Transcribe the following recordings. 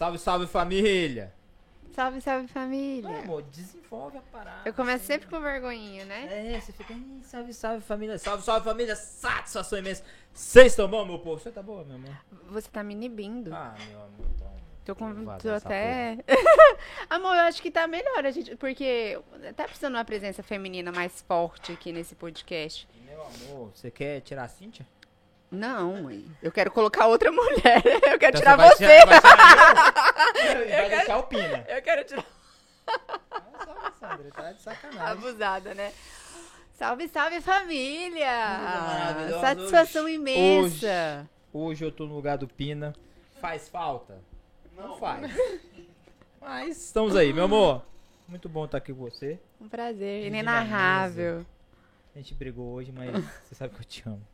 Salve, salve família! Salve, salve família! Ai, amor, desenvolve a parada. Eu começo sempre com vergonhinha, né? Você fica, salve, salve família, salve família, satisfação imensa. Vocês estão bom, meu povo? Você tá boa, meu amor? Você tá me inibindo. Ah, meu amor, então. Tô até. Amor, eu acho que tá melhor a gente. Porque tá precisando de uma presença feminina mais forte aqui nesse podcast. Meu amor, você quer tirar a Cíntia? Não, mãe. Eu quero colocar outra mulher. Eu quero Então tirar vai você. Vai deixar o Pina. Eu quero tirar. Nossa, Sandra, tá de sacanagem. Abusada, né? Salve, salve família! Maravilhosa. Satisfação imensa. Hoje eu tô no lugar do Pina. Faz falta? Não faz. Mas estamos aí, meu amor. Muito bom estar aqui com você. Um prazer, Dividir inenarrável. A gente brigou hoje, mas você sabe que eu te amo.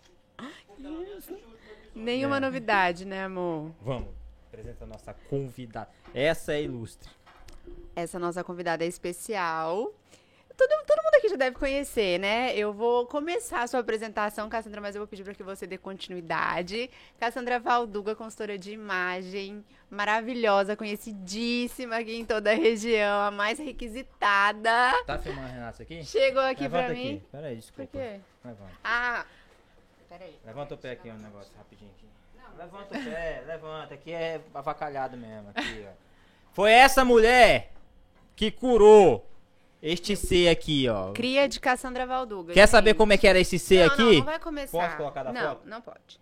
Nenhuma novidade, né, amor? Vamos, apresenta a nossa convidada. Essa é ilustre. Essa nossa convidada é especial. Todo mundo aqui já deve conhecer, né? Eu vou começar a sua apresentação, Cassandra, mas eu vou pedir para que você dê continuidade. Cassandra Valduga, consultora de imagem, maravilhosa, conhecidíssima aqui em toda a região, a mais requisitada. Tá filmando, Renato, aqui? Chegou aqui Levanta pra aqui. mim. Peraí, desculpa. Por quê? Levanta. Ah, peraí. Levanta o pé aqui, um negócio rapidinho aqui. Levanta o pé, levanta. Aqui é avacalhado mesmo. Aqui, ó. Foi essa mulher que curou este C aqui, ó. Cria de Cassandra Valduga. Quer saber gente. como é que era esse C Não, aqui? não vai começar. Posso colocar da não, foto? Não pode.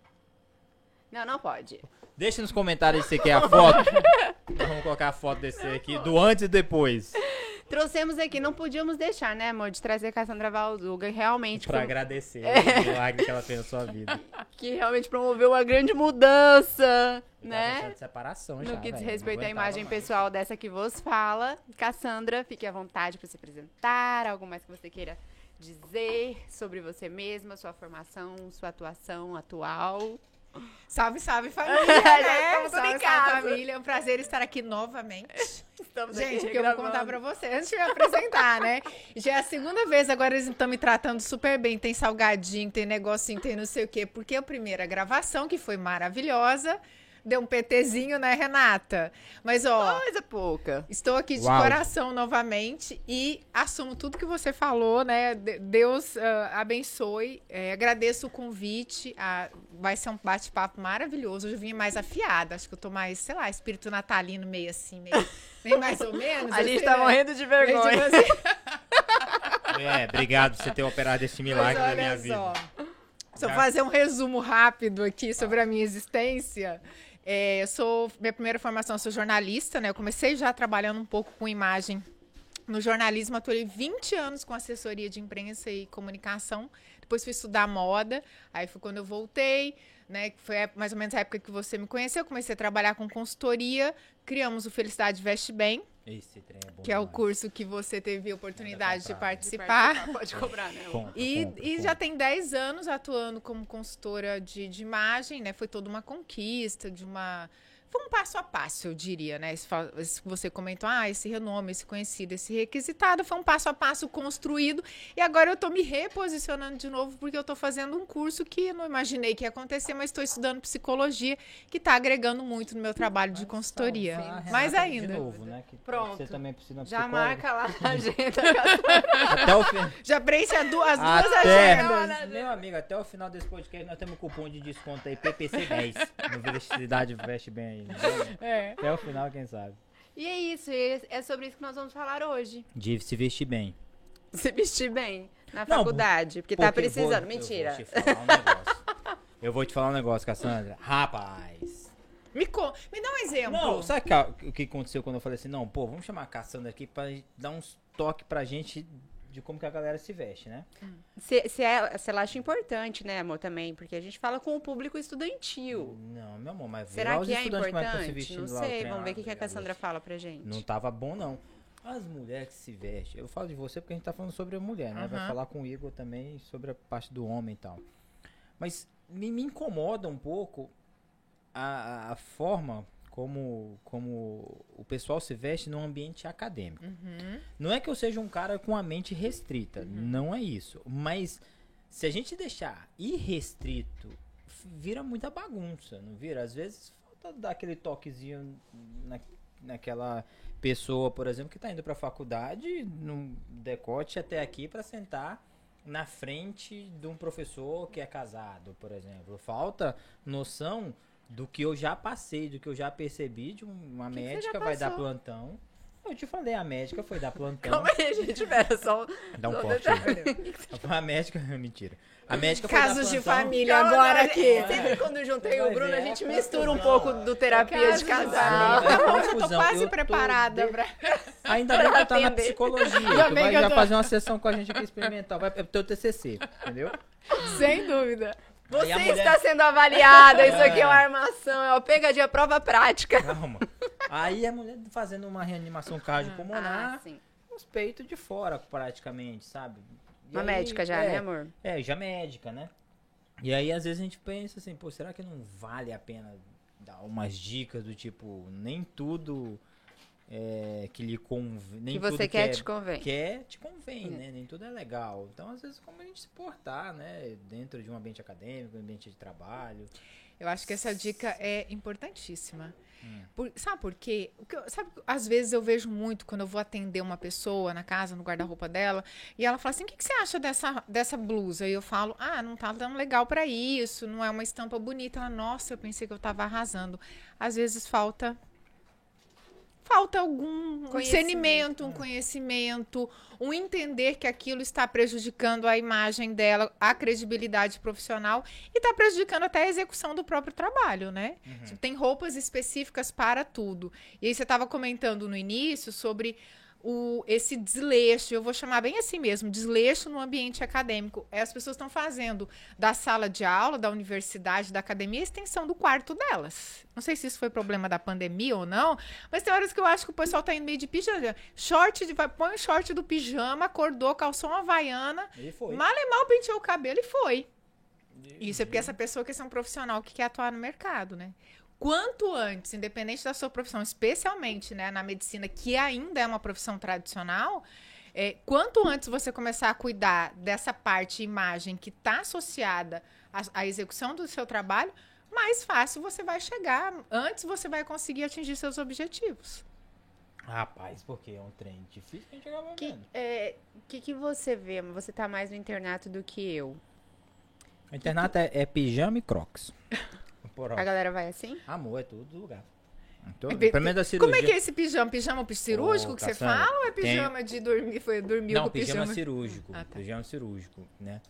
Não pode. Deixa nos comentários se você quer a foto. Nós vamos colocar a foto desse aqui, do antes e depois. Trouxemos aqui, não podíamos deixar, né, amor, de trazer a Cassandra Valduga, realmente. Pra agradecer o milagre que ela fez na sua vida. Que realmente promoveu uma grande mudança, né? De separação No já, que diz velho. respeito Não à imagem aguentava mais. pessoal dessa que vos fala. Cassandra, fique à vontade para se apresentar, algo mais que você queira dizer sobre você mesma, sua formação, sua atuação atual. Salve, salve família, Já né? estamos Salve, em casa. salve família, é um prazer estar aqui novamente. Estamos Gente, aqui porque eu vou contar pra você antes de me apresentar, né? Já é a segunda vez, agora eles estão me tratando super bem. Tem salgadinho, tem negocinho, tem não sei o quê. Porque a primeira gravação, que foi maravilhosa, deu um PTzinho, né, Renata? Mas, ó, Coisa pouca. estou aqui de Uau. coração novamente e assumo tudo que você falou, né? Deus abençoe. Agradeço o convite. Vai ser um bate-papo maravilhoso. Hoje eu vim mais afiada. Acho que eu tô mais, sei lá, espírito natalino, meio assim, meio mais ou menos. A gente assim, tá né? morrendo de Meio vergonha. tipo assim. Obrigado por você ter operado esse milagre Mas na minha olha vida. só. Se eu fazer um resumo rápido aqui sobre a minha existência, minha primeira formação, eu sou jornalista, né? Eu comecei já trabalhando um pouco com imagem no jornalismo, atuei 20 anos com assessoria de imprensa e comunicação, depois fui estudar moda, aí foi quando eu voltei, né? Foi mais ou menos a época que você me conheceu, comecei a trabalhar com consultoria, criamos o Felicidade Veste Bem, Esse trem é bom que é o demais. curso que você teve a oportunidade de comprar, né? participar. Pode cobrar, né? Compra, E compra. já tem 10 anos atuando como consultora de imagem, né? Foi toda uma conquista, foi um passo a passo, eu diria, né? Esse que você comentou, esse renome, esse conhecido, esse requisitado, foi um passo a passo construído. E agora eu tô me reposicionando de novo, porque eu tô fazendo um curso que eu não imaginei que ia acontecer, mas estou estudando psicologia, que tá agregando muito no meu trabalho de consultoria. Falar a Mais Renata ainda. De novo, né? Que Pronto. Você também precisa de uma Já psicóloga. marca lá a agenda. Até o fim. Já preenche as duas Até, agendas. meu amigo, até o final desse podcast nós temos cupom de desconto aí, PPC10. No Felicidade Veste Bem aí. Né? Até o final, quem sabe. E é isso, é sobre isso que nós vamos falar hoje. De se vestir bem. Se vestir bem na Não, faculdade, porque tá precisando. Mentira. Eu vou te falar um negócio, Cassandra. Rapaz. Me dá um exemplo. Não, sabe o que aconteceu quando eu falei assim, não, pô, vamos chamar a Cassandra aqui pra dar uns toques pra gente de como que a galera se veste, né? Se ela acha importante, né, amor, também, porque a gente fala com o público estudantil. Não, meu amor, mas Será os que é estudantes como é que estão se importante? vestindo Não lá, o sei, trem vamos ver lá, o que a Cassandra fala pra gente. Não tava bom, não. As mulheres que se vestem, eu falo de você porque a gente tá falando sobre a mulher, né? Vai Aham. falar com o Igor também sobre a parte do homem e tal. Mas me incomoda um pouco a forma como o pessoal se veste num ambiente acadêmico. Não é que eu seja um cara com a mente restrita, não é isso. Mas se a gente deixar irrestrito, vira muita bagunça, não vira? Às vezes dar aquele toquezinho naquela pessoa, por exemplo, que tá indo pra faculdade, no decote até aqui pra sentar na frente de um professor que é casado, por exemplo. Falta noção do que eu já passei, do que eu já percebi de uma médica vai dar plantão. Eu te falei, a médica foi dar plantão. Calma aí, gente, pera, só... Dá um corte aí. A médica... Mentira. A médica foi Casos dar de plantão. família agora aqui. Sempre quando eu juntei Vai o Bruno, ver, a gente é mistura um confusão. pouco do terapia de casal. Eu tô quase preparada pra... Ainda bem que tu tá na atender. psicologia. Ainda Tu bem vai que eu já tô- fazer uma sessão com a gente aqui experimental. Vai pro teu TCC, entendeu? Sem dúvida. Você Aí a mulher- está sendo avaliada, isso aqui é uma armação, é uma pegadinha, prova prática. Calma. Aí a mulher fazendo uma reanimação cardiopulmonar, sim. os peitos de fora praticamente, sabe? E Uma aí, médica já, né, amor? Já médica, né? E aí às vezes a gente pensa assim, pô, será que não vale a pena dar umas dicas do tipo, nem tudo que lhe convém, nem Que você tudo quer te convém. te convém, né? Nem tudo é legal. Então, às vezes, como a gente se portar, né? Dentro de um ambiente acadêmico, um ambiente de trabalho. Eu acho que essa dica é importantíssima. Sabe por quê? Às vezes eu vejo muito quando eu vou atender uma pessoa na casa, no guarda-roupa dela, e ela fala assim, o que você acha dessa blusa? E eu falo, não tá tão legal pra isso, não é uma estampa bonita. Ela, nossa, eu pensei que eu tava arrasando. Às vezes falta algum discernimento, um conhecimento, um entender que aquilo está prejudicando a imagem dela, a credibilidade profissional e está prejudicando até a execução do próprio trabalho, né? Tipo, tem roupas específicas para tudo. E aí você estava comentando no início sobre esse desleixo, eu vou chamar bem assim mesmo, desleixo no ambiente acadêmico. As pessoas estão fazendo da sala de aula, da universidade, da academia, a extensão do quarto delas. Não sei se isso foi problema da pandemia ou não, mas tem horas que eu acho que o pessoal tá indo meio de pijama. Põe o short do pijama, acordou, calçou uma havaiana, E foi. mal e mal penteou o cabelo e foi. Isso é porque essa pessoa quer ser um profissional que quer atuar no mercado, né? Quanto antes, independente da sua profissão, especialmente, né, na medicina, que ainda é uma profissão tradicional, quanto antes você começar a cuidar dessa parte imagem que está associada à execução do seu trabalho, mais fácil você vai chegar, antes você vai conseguir atingir seus objetivos. Rapaz, porque é um trem difícil que a gente acaba vendo. O que você vê? Você tá mais no internato do que eu. O internato é pijama e crocs. A galera vai assim? Amor, é tudo lugar. Pelo menos da cirurgia. Como é que é esse pijama? Pijama cirúrgico que você Cassandra, fala ou é pijama de dormir? Foi dormir Não, com pijama pijama? cirúrgico. Ah, tá. Pijama cirúrgico, né?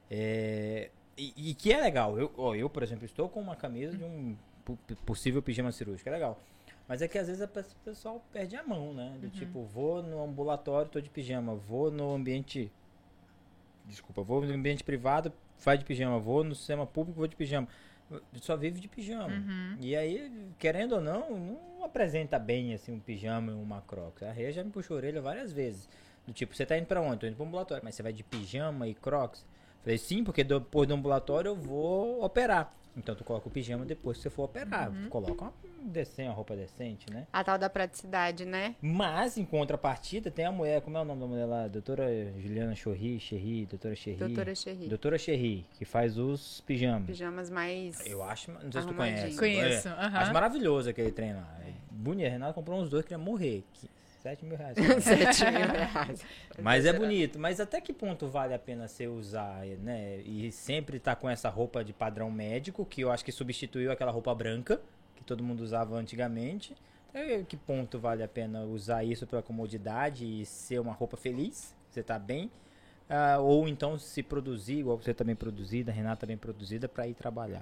E que é legal. Eu, por exemplo, estou com uma camisa de um possível pijama cirúrgico. É legal. Mas é que às vezes o pessoal perde a mão, né? Do tipo, vou no ambulatório, tô de pijama. Vou no ambiente... Desculpa, vou no ambiente privado, faz de pijama. Vou no sistema público, vou de pijama. Só vive de pijama. E aí, querendo ou não apresenta bem assim um pijama e uma crocs. A Rê já me puxou a orelha várias vezes. Do tipo, você tá indo pra onde? Tô indo pro ambulatório, mas você vai de pijama e crocs? Falei, sim, porque depois do ambulatório eu vou operar. Então tu coloca o pijama depois que você for operar. Coloca uma roupa decente, né? A tal da praticidade, né? Mas, em contrapartida, tem a mulher, como é o nome da mulher lá? Doutora Juliana Cherry, doutora Cherry. Doutora Cherry, que faz os pijamas. Pijamas mais... Eu acho, não sei se tu conhece. Conheço, Acho maravilhoso aquele trem lá. Bonito, a Renata comprou uns dois, queria morrer. 7 mil reais. 7 mil reais. Mas é bonito. Mas até que ponto vale a pena você usar, né? E sempre tá com essa roupa de padrão médico, que eu acho que substituiu aquela roupa branca, que todo mundo usava antigamente. Até que ponto vale a pena usar isso pela comodidade e ser uma roupa feliz? Você tá bem? Ou então se produzir, igual você tá bem produzida, a Renata tá bem produzida, para ir trabalhar.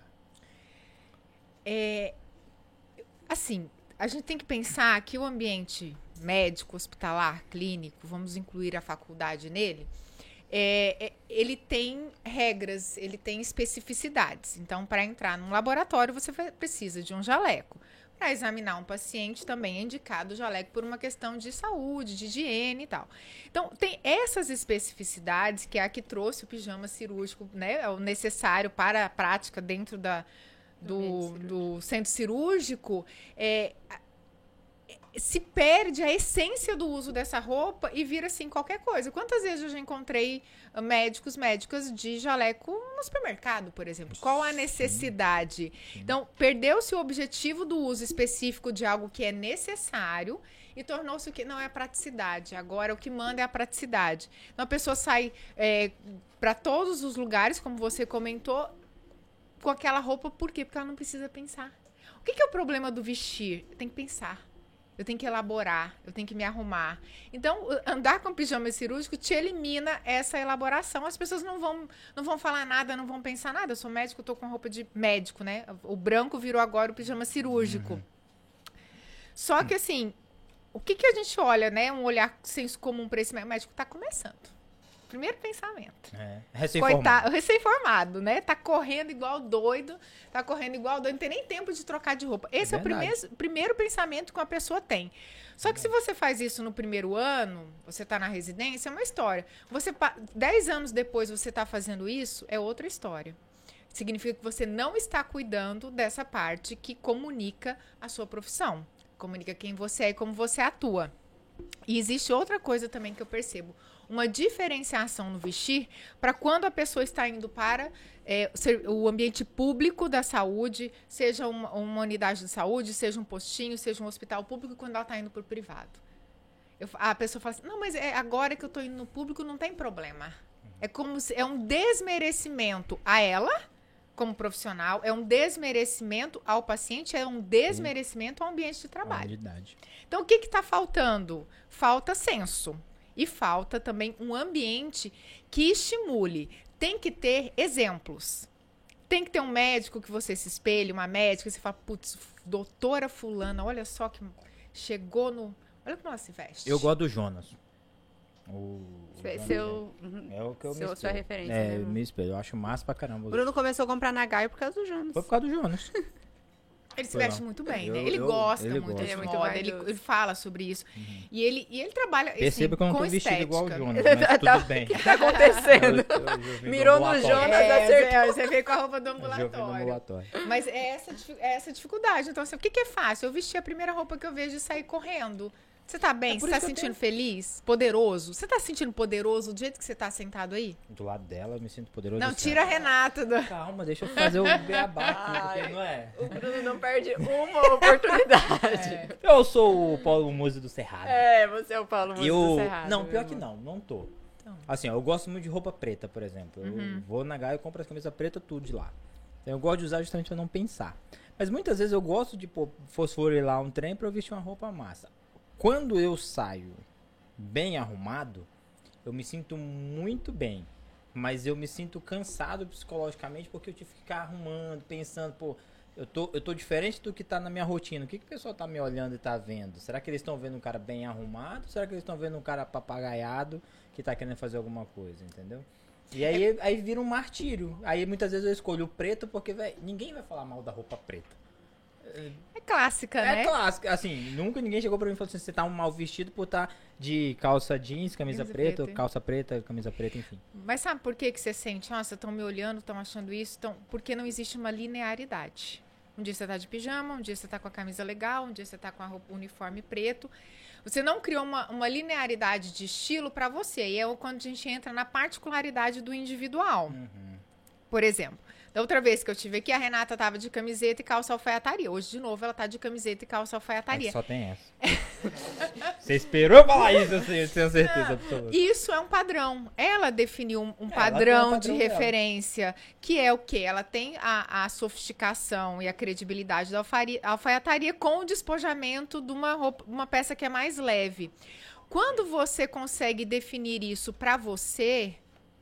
Assim, a gente tem que pensar que o ambiente médico, hospitalar, clínico, vamos incluir a faculdade nele, ele tem regras, ele tem especificidades. Então, para entrar num laboratório, você precisa de um jaleco. Para examinar um paciente, também é indicado o jaleco por uma questão de saúde, de higiene e tal. Então, tem essas especificidades, que é a que trouxe o pijama cirúrgico, né? É o necessário para a prática dentro do centro cirúrgico. se perde a essência do uso dessa roupa e vira assim qualquer coisa. Quantas vezes eu já encontrei médicas de jaleco no supermercado, por exemplo? Qual a necessidade? Então, perdeu-se o objetivo do uso específico de algo que é necessário e tornou-se o que não é a praticidade. Agora, o que manda é a praticidade. Então, a pessoa sai para todos os lugares, como você comentou, com aquela roupa. Por quê? Porque ela não precisa pensar. O que é o problema do vestir? Tem que pensar. Eu tenho que elaborar, eu tenho que me arrumar. Então, andar com pijama cirúrgico te elimina essa elaboração. As pessoas não vão falar nada, não vão pensar nada. Eu sou médico, eu tô com roupa de médico, né? O branco virou agora o pijama cirúrgico. Só que, assim, o que a gente olha, né? Um olhar senso comum para esse médico tá começando. Primeiro pensamento. Recém-formado. Recém-formado, né? Tá correndo igual doido, não tem nem tempo de trocar de roupa. Esse é o primeiro pensamento que uma pessoa tem. Só que se você faz isso no primeiro ano, você tá na residência, é uma história. 10 anos depois você tá fazendo isso, é outra história. Significa que você não está cuidando dessa parte que comunica a sua profissão. Comunica quem você é e como você atua. E existe outra coisa também que eu percebo. Uma diferenciação no vestir para quando a pessoa está indo para o ambiente público da saúde, seja uma unidade de saúde, seja um postinho, seja um hospital público, quando ela está indo para o privado. A pessoa fala assim, não, mas agora que eu estou indo no público não tem problema. É como se é um desmerecimento a ela, como profissional, é um desmerecimento ao paciente, é um desmerecimento ao ambiente de trabalho. Então, o que está faltando? Falta senso. E falta também um ambiente que estimule. Tem que ter exemplos. Tem que ter um médico que você se espelhe, uma médica, e você fala, putz, doutora fulana, olha só que chegou no... Olha como ela se veste. Eu gosto do Jonas. É o que eu me sua referência. Eu me espelho. Eu acho massa pra caramba. O Bruno começou a comprar na Gaia por causa do Jonas. Foi por causa do Jonas. Ele se veste muito bem, né? Ele gosta muito de moda, ele fala sobre isso. E ele trabalha Perceba que eu não tô vestido igual o Jonas, mas tudo bem. O que tá acontecendo? Mirou no Jonas, acertou. Você veio com a roupa do ambulatório. Mas é essa dificuldade. Então, assim, o que é fácil? Eu vesti a primeira roupa que eu vejo e sair correndo. Você tá bem? Você tá se sentindo feliz? Poderoso? Você tá se sentindo poderoso do jeito que você tá sentado aí? Do lado dela, eu me sinto poderoso. Não, tira a Renata. Calma, deixa eu fazer o beabá aqui, porque não é. O Bruno não perde uma oportunidade. Eu sou o Paulo Musi do Cerrado. Você é o Paulo Musi do Cerrado. Não, pior que não tô. Então. Assim, ó, eu gosto muito de roupa preta, por exemplo. Eu vou na Gaia e compro as camisas pretas, tudo de lá. Então, eu gosto de usar justamente pra não pensar. Mas muitas vezes eu gosto de fosforilar um trem pra eu vestir uma roupa massa. Quando eu saio bem arrumado, eu me sinto muito bem. Mas eu me sinto cansado psicologicamente porque eu tive que ficar arrumando, pensando, pô, eu tô diferente do que tá na minha rotina. O que o pessoal tá me olhando e tá vendo? Será que eles estão vendo um cara bem arrumado? Será que eles estão vendo um cara papagaiado que tá querendo fazer alguma coisa, entendeu? E aí vira um martírio. Aí muitas vezes eu escolho o preto porque, velho, ninguém vai falar mal da roupa preta. É clássica, né? É clássica. Assim, nunca ninguém chegou pra mim e falou assim, você tá um mal vestido por estar de calça jeans, camisa preta, calça preta, camisa preta, enfim. Mas sabe por que você sente? Nossa, estão me olhando, estão achando isso? Porque não existe uma linearidade. Um dia você tá de pijama, um dia você tá com a camisa legal, um dia você tá com o uniforme preto. Você não criou uma linearidade de estilo pra você. E é quando a gente entra na particularidade do individual. Por exemplo, da outra vez que eu tive aqui, a Renata tava de camiseta e calça alfaiataria. Hoje, de novo, ela tá de camiseta e calça alfaiataria. Só tem essa. Você esperou eu falar isso, eu tenho certeza absoluta. Isso é um padrão. Ela definiu um padrão de referência, que é o quê? Ela tem a sofisticação e a credibilidade da alfaiataria com o despojamento de uma peça que é mais leve. Quando você consegue definir isso para você,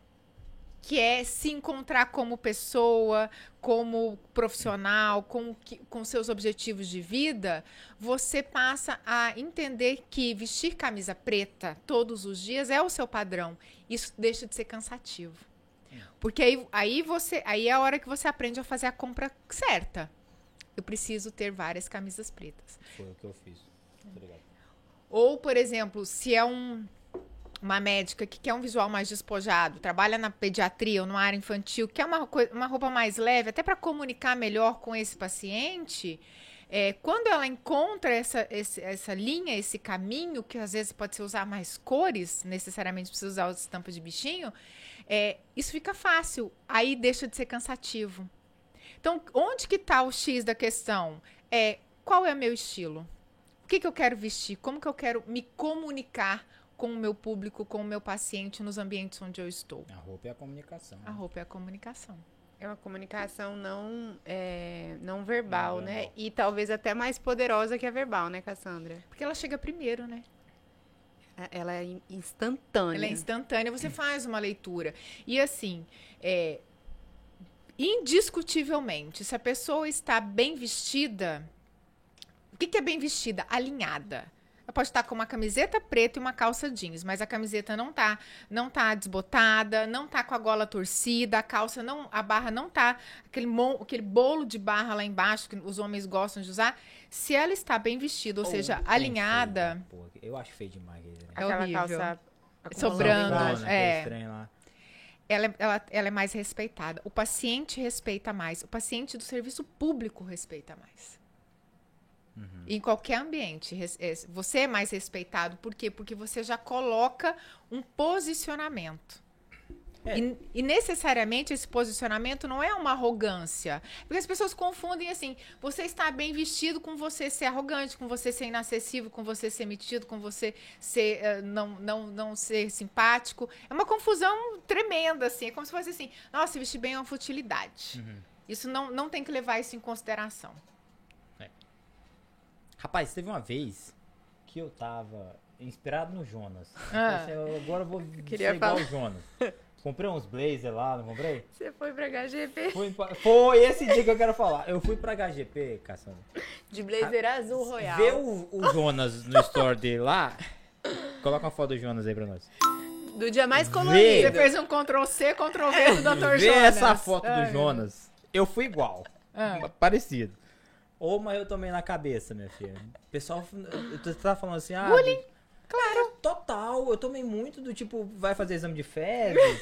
que é se encontrar como pessoa, como profissional, com seus objetivos de vida, você passa a entender que vestir camisa preta todos os dias é o seu padrão. Isso deixa de ser cansativo. Porque aí é a hora que você aprende a fazer a compra certa. Eu preciso ter várias camisas pretas. Foi o que eu fiz. Obrigado. Ou, por exemplo, se é uma médica que quer um visual mais despojado, trabalha na pediatria ou numa área infantil, quer uma roupa mais leve, até para comunicar melhor com esse paciente, Quando ela encontra essa linha, esse caminho, que às vezes pode ser usar mais cores, necessariamente precisa usar as estampas de bichinho, isso fica fácil, aí deixa de ser cansativo. Então, onde que está o X da questão? Qual é o meu estilo? O que eu quero vestir? Como que eu quero me comunicar com o meu público, com o meu paciente nos ambientes onde eu estou? A roupa é a comunicação. A roupa é a comunicação. É uma comunicação não verbal, né? E talvez até mais poderosa que a verbal, né, Cassandra? Porque ela chega primeiro, né? Ela é instantânea. Ela é instantânea, você faz uma leitura. E assim, indiscutivelmente, se a pessoa está bem vestida, o que é bem vestida? Alinhada. Ela pode estar com uma camiseta preta e uma calça jeans, mas a camiseta não tá desbotada, não tá com a gola torcida, a barra não tá aquele bolo de barra lá embaixo que os homens gostam de usar. Se ela está bem vestida, ou seja, alinhada... Feio, eu acho feio demais. Né? Aquela horrível. Calça sobrando, lá. Ela é mais respeitada. O paciente respeita mais. O paciente do serviço público respeita mais. Uhum. Em qualquer ambiente, você é mais respeitado. Por quê? Porque você já coloca um posicionamento. E necessariamente esse posicionamento não é uma arrogância. Porque as pessoas confundem assim, você está bem vestido com você ser arrogante, com você ser inacessível, com você ser metido, com você ser, não ser simpático. É uma confusão tremenda, assim. É como se fosse assim, nossa, vestir bem é uma futilidade. Uhum. Isso não tem que levar isso em consideração. Rapaz, teve uma vez que eu tava inspirado no Jonas. Agora eu vou ser igual o Jonas. Comprei uns blazer lá, não comprei? Você foi pra HGP? Foi esse dia que eu quero falar. Eu fui pra HGP, Cassandra. De blazer azul royal. Vê o Jonas no store dele lá. Coloca uma foto do Jonas aí pra nós. Do dia mais colorido. Você fez um Ctrl+C, Ctrl+V do Dr. Jonas. Vê essa foto do Jonas. Eu fui igual. Parecido. Mas eu tomei na cabeça, minha filha. O pessoal, você tá falando assim, bullying, claro. Total, eu tomei muito do tipo, vai fazer exame de fezes,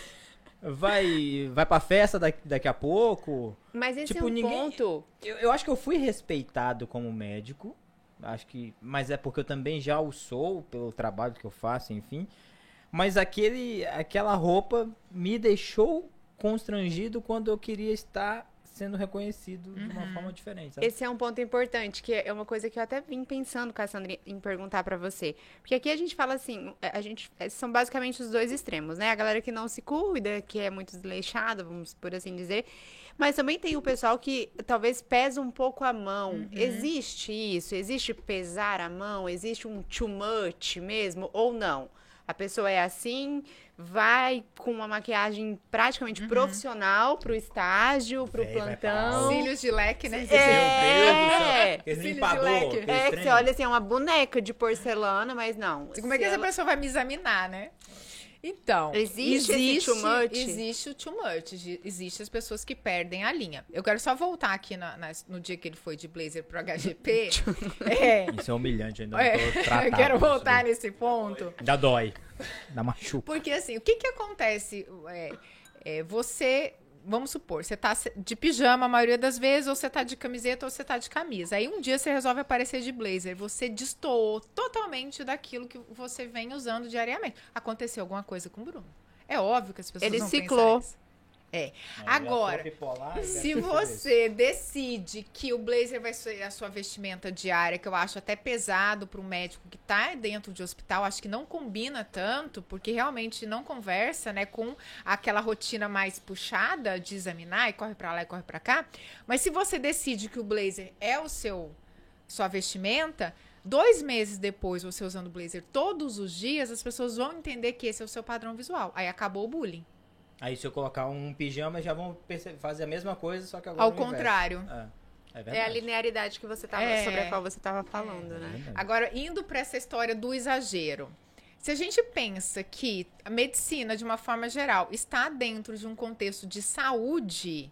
vai pra festa daqui a pouco. Mas esse é um ponto. Eu acho que eu fui respeitado como médico, mas é porque eu também já o sou, pelo trabalho que eu faço, enfim. Mas aquela roupa me deixou constrangido quando eu queria estar sendo reconhecido de uma forma diferente, sabe? Esse é um ponto importante, que é uma coisa que eu até vim pensando, Cassandra, em perguntar pra você. Porque aqui a gente fala assim, são basicamente os dois extremos, né? A galera que não se cuida, que é muito desleixada, vamos por assim dizer. Mas também tem o pessoal que talvez pesa um pouco a mão. Existe isso? Existe pesar a mão? Existe um too much mesmo? Ou não? A pessoa é assim, vai com uma maquiagem praticamente profissional pro estágio, pro plantão. Cílios de leque, né? Meu Deus do céu. Cílios de leque. Que você olha assim, é uma boneca de porcelana, mas não. Como é que essa pessoa vai me examinar, né? Então, existe esse too much? Existe o too much, existe as pessoas que perdem a linha. Eu quero só voltar aqui no dia que ele foi de blazer pro HGP. Isso é humilhante, ainda não tô tratado. Eu quero voltar nesse ponto. Ainda dói, dá machuca. Porque assim, o que acontece? Você... Vamos supor, você tá de pijama a maioria das vezes, ou você tá de camiseta, ou você tá de camisa. Aí um dia você resolve aparecer de blazer. Você destoou totalmente daquilo que você vem usando diariamente. Aconteceu alguma coisa com o Bruno. É óbvio que as pessoas Ele não ciclou. pensam isso. Agora, se você decide que o blazer vai ser a sua vestimenta diária, que eu acho até pesado para um médico que está dentro de hospital, acho que não combina tanto, porque realmente não conversa, né, com aquela rotina mais puxada de examinar e corre para lá e corre para cá. Mas se você decide que o blazer é sua vestimenta, 2 meses depois, você usando blazer todos os dias, as pessoas vão entender que esse é o seu padrão visual. Aí acabou o bullying. Aí se eu colocar um pijama, já vão fazer a mesma coisa, só que agora ao contrário. É verdade. É a linearidade que você sobre a qual você estava falando, né? Agora, indo para essa história do exagero. Se a gente pensa que a medicina, de uma forma geral, está dentro de um contexto de saúde,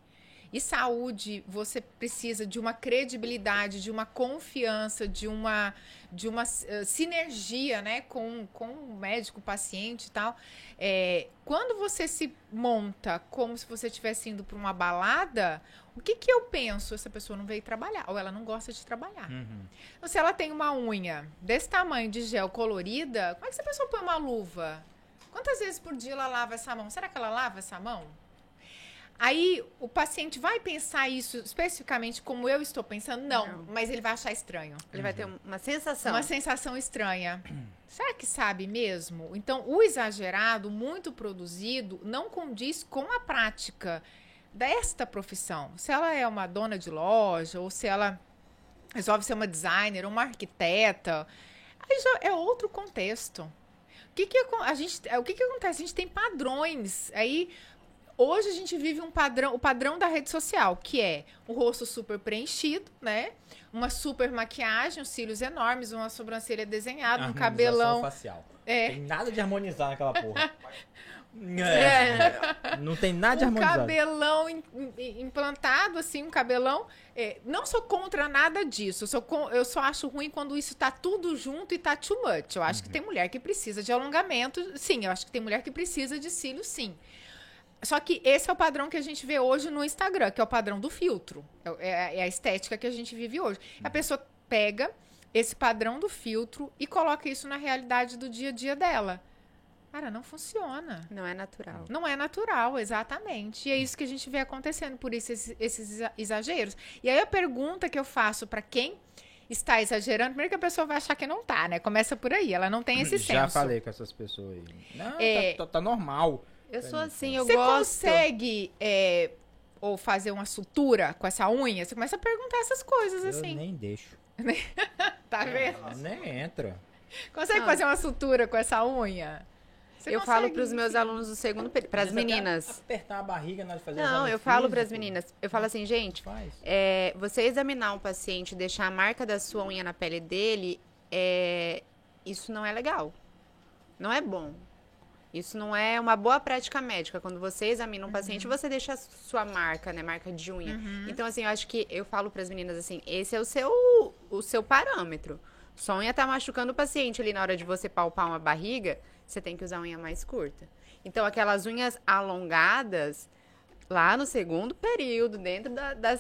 E saúde, você precisa de uma credibilidade, de uma confiança, de uma sinergia, né, com o médico, o paciente e tal. Quando você se monta como se você estivesse indo para uma balada, o que eu penso? Essa pessoa não veio trabalhar, ou ela não gosta de trabalhar. Então, se ela tem uma unha desse tamanho de gel colorida, como é que essa pessoa põe uma luva? Quantas vezes por dia ela lava essa mão? Será que ela lava essa mão? Aí o paciente vai pensar isso especificamente como eu estou pensando? Não, mas ele vai achar estranho. Ele vai ter uma sensação. Uma sensação estranha. Será que sabe mesmo? Então, o exagerado, muito produzido, não condiz com a prática desta profissão. Se ela é uma dona de loja, ou se ela resolve ser uma designer, uma arquiteta, aí já é outro contexto. O que acontece? A gente tem padrões. Aí, hoje a gente vive o padrão da rede social, que é o rosto super preenchido, né? Uma super maquiagem, os cílios enormes, uma sobrancelha desenhada, um cabelão. Facial. Tem nada de harmonizar naquela porra. Não tem nada de harmonizado. Um cabelão implantado, assim, um cabelão. Não sou contra nada disso. Eu só acho ruim quando isso tá tudo junto e tá too much. Eu acho que tem mulher que precisa de alongamento, sim. Eu acho que tem mulher que precisa de cílios, sim. Só que esse é o padrão que a gente vê hoje no Instagram, que é o padrão do filtro. É a estética que a gente vive hoje. A pessoa pega esse padrão do filtro e coloca isso na realidade do dia a dia dela. Cara, não funciona. Não é natural. Não é natural, exatamente. E é isso que a gente vê acontecendo, por isso esses exageros. E aí a pergunta que eu faço para quem está exagerando, primeiro que a pessoa vai achar que não tá, né? Começa por aí, ela não tem esse senso. Já falei com essas pessoas aí. Não, tá normal. Eu sou assim, eu gosto. Você consegue ou fazer uma sutura com essa unha? Você começa a perguntar essas coisas, assim. Eu nem deixo. Tá vendo? Nem entra. Consegue fazer uma sutura com essa unha? Eu falo para os meus alunos do segundo período, para as meninas. Apertar a barriga na hora de fazer Não, eu falo para as meninas. Eu falo assim, gente, você examinar um paciente, deixar a marca da sua unha na pele dele, isso não é legal. Não é bom. Isso não é uma boa prática médica. Quando você examina um paciente, você deixa a sua marca, né? Marca de unha. Então, assim, eu acho que eu falo para as meninas assim, esse é o seu parâmetro. Sua unha tá machucando o paciente ali na hora de você palpar uma barriga, você tem que usar a unha mais curta. Então, aquelas unhas alongadas, lá no segundo período, dentro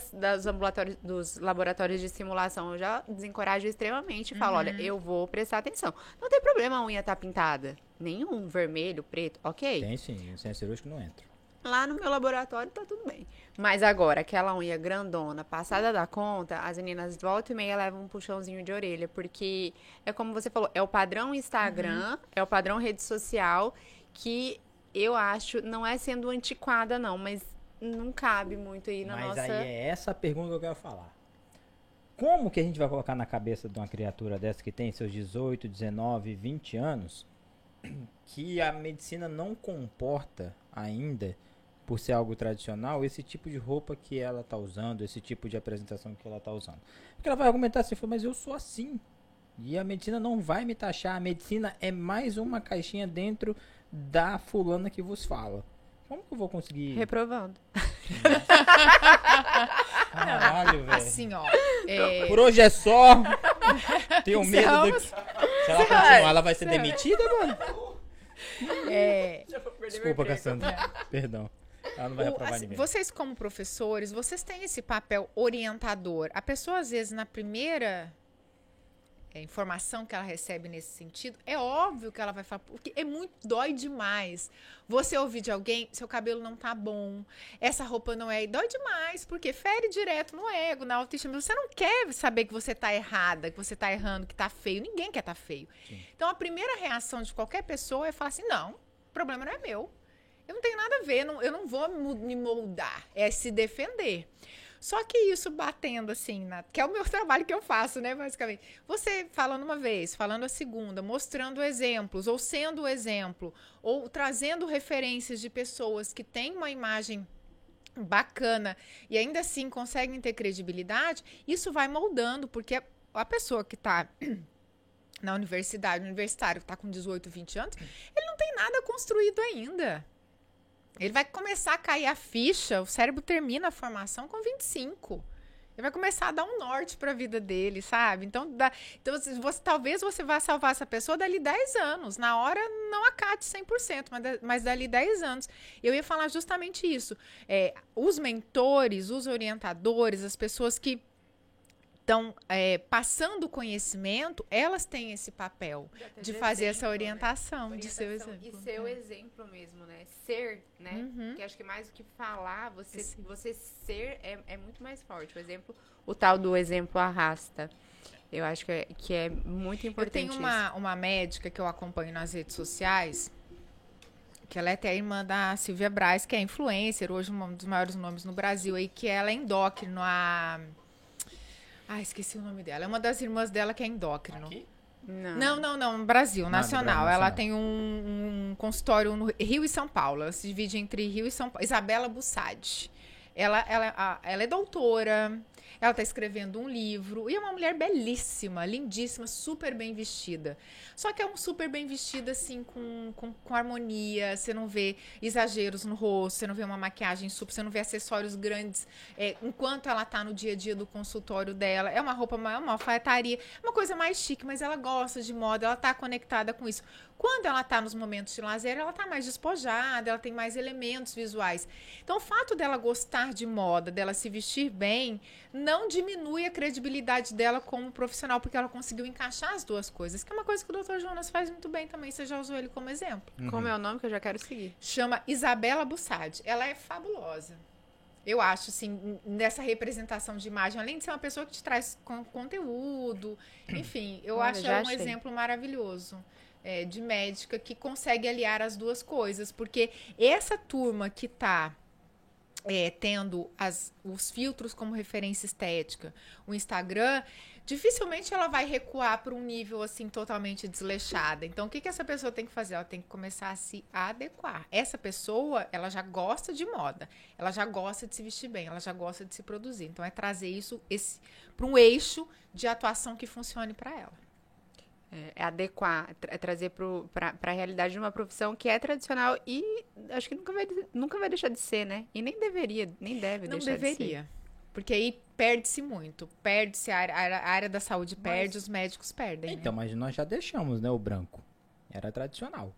dos laboratórios de simulação, eu já desencorajo extremamente e falo, olha, eu vou prestar atenção. Não tem problema a unha tá pintada. Nenhum, vermelho, preto, ok? Tem sim, o centro cirúrgico não entra. Lá no meu laboratório tá tudo bem. Mas agora, aquela unha grandona, passada da conta, as meninas volta e meia levam um puxãozinho de orelha, porque é como você falou, é o padrão Instagram, é o padrão rede social, que eu acho, não é sendo antiquada não, mas não cabe muito aí na nossa... Mas aí é essa a pergunta que eu quero falar. Como que a gente vai colocar na cabeça de uma criatura dessa que tem seus 18, 19, 20 anos, que a medicina não comporta ainda, por ser algo tradicional, esse tipo de roupa que ela tá usando, esse tipo de apresentação que ela tá usando? Porque ela vai argumentar assim, mas eu sou assim. E a medicina não vai me taxar. A medicina é mais uma caixinha dentro da fulana que vos fala. Como que eu vou conseguir... Reprovando. Caralho, velho. Assim, ó. Por hoje é só. Tenho medo de... Se ela continuar, ela vai ser demitida, mano? Desculpa, Cassandra. Perdão. Ela não vai reprovar ninguém. Vocês, como professores, vocês têm esse papel orientador. A pessoa, às vezes, na primeira informação que ela recebe nesse sentido, é óbvio que ela vai falar, porque dói demais. Você ouvir de alguém, seu cabelo não tá bom, essa roupa não é, dói demais, porque fere direto no ego, na autoestima. Você não quer saber que você tá errada, que você tá errando, que tá feio. Ninguém quer tá feio. Sim. Então, a primeira reação de qualquer pessoa é falar assim, não, o problema não é meu. Eu não tenho nada a ver, eu não vou me moldar, é se defender. Só que isso batendo assim, que é o meu trabalho que eu faço, né, basicamente. Você falando uma vez, falando a segunda, mostrando exemplos, ou sendo o exemplo, ou trazendo referências de pessoas que têm uma imagem bacana e ainda assim conseguem ter credibilidade, isso vai moldando, porque a pessoa que está na universidade, o universitário que está com 18, 20 anos, ele não tem nada construído ainda. Ele vai começar a cair a ficha, o cérebro termina a formação com 25. Ele vai começar a dar um norte para a vida dele, sabe? Então, talvez você vá salvar essa pessoa dali 10 anos. Na hora, não acate 100%, mas dali 10 anos. Eu ia falar justamente isso. Os mentores, os orientadores, as pessoas que estão passando conhecimento, elas têm esse papel de fazer exemplo, essa orientação, né? De ser o exemplo. E ser o exemplo mesmo, né? Ser, né? Porque acho que mais do que falar, você ser é muito mais forte. O exemplo, o tal do exemplo arrasta. Eu acho que é muito importante. Eu tenho uma médica que eu acompanho nas redes sociais, que ela é até irmã da Silvia Braz, que é influencer, hoje um dos maiores nomes no Brasil, aí, que ela é endócrino, esqueci o nome dela. É uma das irmãs dela que é endócrino. Aqui? Não, no Brasil, nacional. Ela tem um consultório no Rio e São Paulo. Ela se divide entre Rio e São Paulo. Isabela Bussadi. Ela é doutora, ela está escrevendo um livro, e é uma mulher belíssima, lindíssima, super bem vestida. Só que é um super bem vestida, assim, com harmonia, você não vê exageros no rosto, você não vê uma maquiagem super, você não vê acessórios grandes, enquanto ela está no dia a dia do consultório dela. É uma roupa, uma alfaiataria, uma coisa mais chique, mas ela gosta de moda, ela está conectada com isso. Quando ela está nos momentos de lazer, ela está mais despojada, ela tem mais elementos visuais. Então, o fato dela gostar de moda, dela se vestir bem, não diminui a credibilidade dela como profissional, porque ela conseguiu encaixar as duas coisas, que é uma coisa que o Dr. Jonas faz muito bem também. Você já usou ele como exemplo. Como é o nome que eu já quero seguir? Chama Isabela Bussadi. Ela é fabulosa. Eu acho, assim, nessa representação de imagem, além de ser uma pessoa que te traz conteúdo, enfim, eu acho ela um exemplo maravilhoso. De médica que consegue aliar as duas coisas, porque essa turma que está tendo os filtros como referência estética, o Instagram, dificilmente ela vai recuar para um nível assim totalmente desleixada. Então, o que essa pessoa tem que fazer? Ela tem que começar a se adequar. Essa pessoa, ela já gosta de moda, ela já gosta de se vestir bem, ela já gosta de se produzir. Então, é trazer isso para um eixo de atuação que funcione para ela. É adequar, trazer para a realidade de uma profissão que é tradicional e acho que nunca vai deixar de ser, né? E nem deve deixar de ser. Não deveria, porque aí perde-se muito. Perde-se a área da saúde, os médicos perdem. Então, né? Mas nós já deixamos, né, o branco. Era tradicional.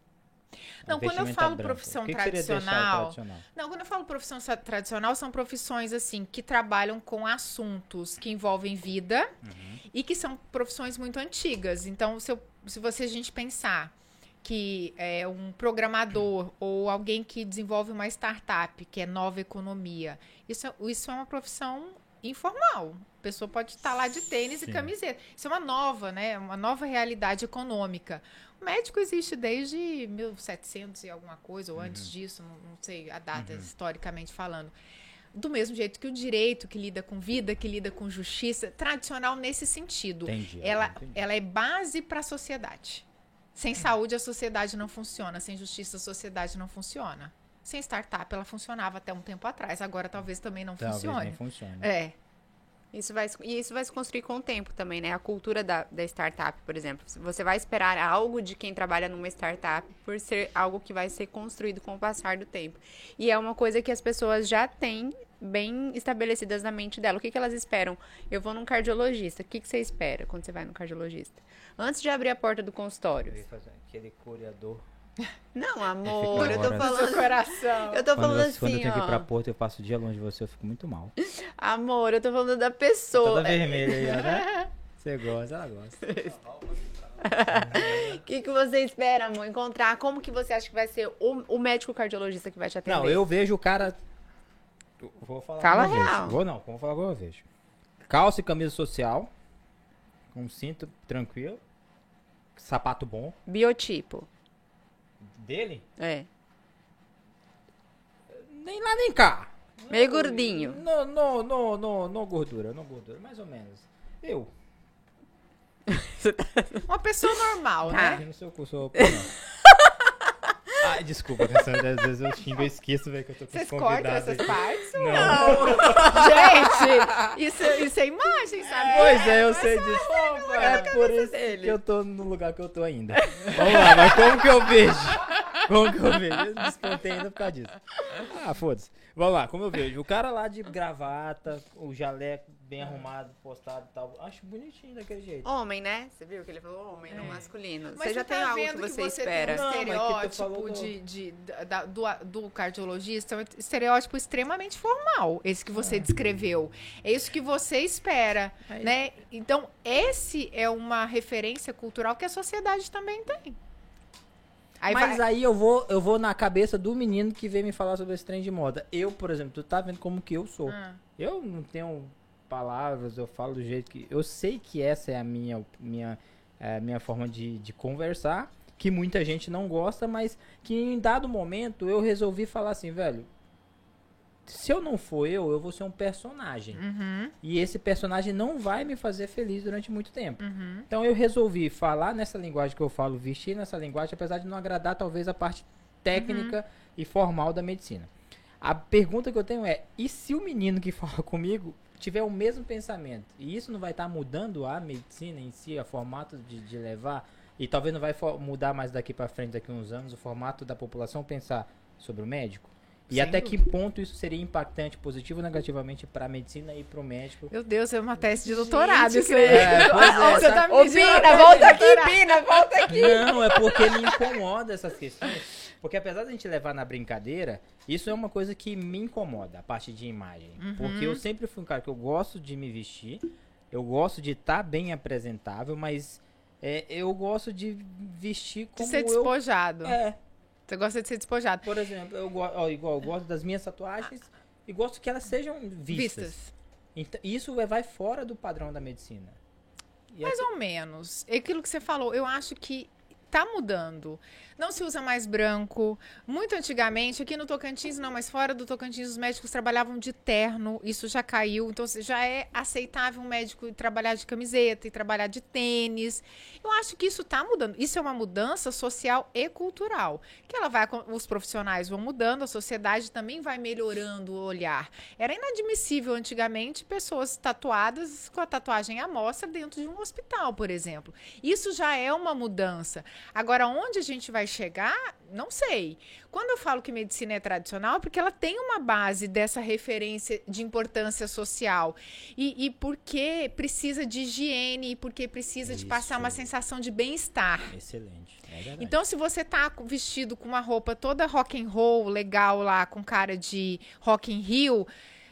Não, quando eu falo profissão tradicional... Não, quando eu falo profissão tradicional, são profissões, assim, que trabalham com assuntos que envolvem vida e que são profissões muito antigas. Então, se a gente pensar que é um programador ou alguém que desenvolve uma startup, que é nova economia, isso é uma profissão informal. A pessoa pode estar lá de tênis e camiseta. Isso é uma nova, né? Uma nova realidade econômica. O médico existe desde 1700 e alguma coisa, ou antes disso, não sei a data historicamente falando. Do mesmo jeito que o direito, que lida com vida, que lida com justiça, tradicional nesse sentido. Entendi. Ela é base para a sociedade. Sem saúde, a sociedade não funciona. Sem justiça, a sociedade não funciona. Sem startup, ela funcionava até um tempo atrás. Agora, talvez também não funcione. Talvez não funcione. Isso vai se construir com o tempo também, né? A cultura da startup, por exemplo. Você vai esperar algo de quem trabalha numa startup por ser algo que vai ser construído com o passar do tempo. E é uma coisa que as pessoas já têm bem estabelecidas na mente dela. O que elas esperam? Eu vou num cardiologista. O que você espera quando você vai no cardiologista? Antes de abrir a porta do consultório. Aquele curiador. Não, amor, eu tô falando... coração. Eu tô falando assim, quando eu tenho que ir pra Porto, eu passo o dia longe de você, eu fico muito mal. Amor, eu tô falando da pessoa. Toda vermelha aí, né? Você gosta, ela gosta. O que você espera, amor? Encontrar, como que você acha que vai ser o médico cardiologista que vai te atender? Não, eu vejo o cara... Vou falar Fala real. Vou falar como eu vejo. Calça e camisa social, com cinto tranquilo, sapato bom. Biotipo. Dele? É. Nem lá nem cá. Meio gordinho. Não gordura, mais ou menos. Eu. Uma pessoa normal, né? Eu não sou Ai, desculpa, Cassandra, às vezes eu xingo, eu esqueço, velho, que eu tô com Vocês cortam essas partes? Não. Gente, isso é imagem, sabe? Pois é, eu sei disso. É por isso que eu tô no lugar que eu tô ainda. Vamos lá, mas como que eu vejo? Como que eu vejo? Eu descontei ainda por causa disso. Ah, foda-se. Vamos lá, como eu vejo. O cara lá de gravata, o jaleco bem arrumado, postado e tal. Acho bonitinho daquele jeito. Homem, né? Você viu que ele falou homem, não masculino. Mas você já tem algo que você espera. Tem um estereótipo falou do cardiologista, é um estereótipo extremamente formal, esse que você descreveu. É isso que você espera, né? Então, esse é uma referência cultural que a sociedade também tem. Aí eu vou na cabeça do menino que veio me falar sobre esse trem de moda. Eu, por exemplo, tu tá vendo como que eu sou. Eu não tenho palavras, eu falo do jeito que... Eu sei que essa é a minha forma de conversar, que muita gente não gosta, mas que em dado momento eu resolvi falar assim, velho, se eu não for eu vou ser um personagem. E esse personagem não vai me fazer feliz durante muito tempo. Então eu resolvi falar nessa linguagem que eu falo, vestir nessa linguagem, apesar de não agradar talvez a parte técnica e formal da medicina. A pergunta que eu tenho é, e se o menino que fala comigo tiver o mesmo pensamento? E isso não vai estar mudando a medicina em si, a formato de levar? E talvez não vai mudar mais daqui para frente, daqui a uns anos, o formato da população pensar sobre o médico? E sem até dúvida. Que ponto isso seria impactante, positivo ou negativamente, para a medicina e para o médico? Meu Deus, é uma tese de doutorado. Gente, isso aí. Você tá me Pina, volta aqui, Pina, volta aqui. Não, é porque me incomoda essas questões. Porque apesar de a gente levar na brincadeira, isso é uma coisa que me incomoda, a parte de imagem. Porque eu sempre fui um cara que eu gosto de me vestir, eu gosto de estar bem apresentável, mas eu gosto de vestir como de ser despojado. Você gosta de ser despojado. Por exemplo, eu gosto das minhas tatuagens e gosto que elas sejam vistas. Então, isso vai fora do padrão da medicina. Mais ou menos. É aquilo que você falou, eu acho que tá mudando. Não se usa mais branco. Muito antigamente, aqui no Tocantins não, mas fora do Tocantins, os médicos trabalhavam de terno. Isso já caiu. Então, já é aceitável um médico trabalhar de camiseta e trabalhar de tênis. Eu acho que isso tá mudando. Isso é uma mudança social e cultural. Que os profissionais vão mudando, a sociedade também vai melhorando o olhar. Era inadmissível antigamente pessoas tatuadas com a tatuagem à mostra dentro de um hospital, por exemplo. Isso já é uma mudança. Agora, onde a gente vai chegar, não sei. Quando eu falo que medicina é tradicional, é porque ela tem uma base dessa referência de importância social. E porque precisa de higiene, e porque precisa de passar uma sensação de bem-estar. Excelente. É verdade. Então, se você tá vestido com uma roupa toda rock and roll, legal lá, com cara de Rock in Rio...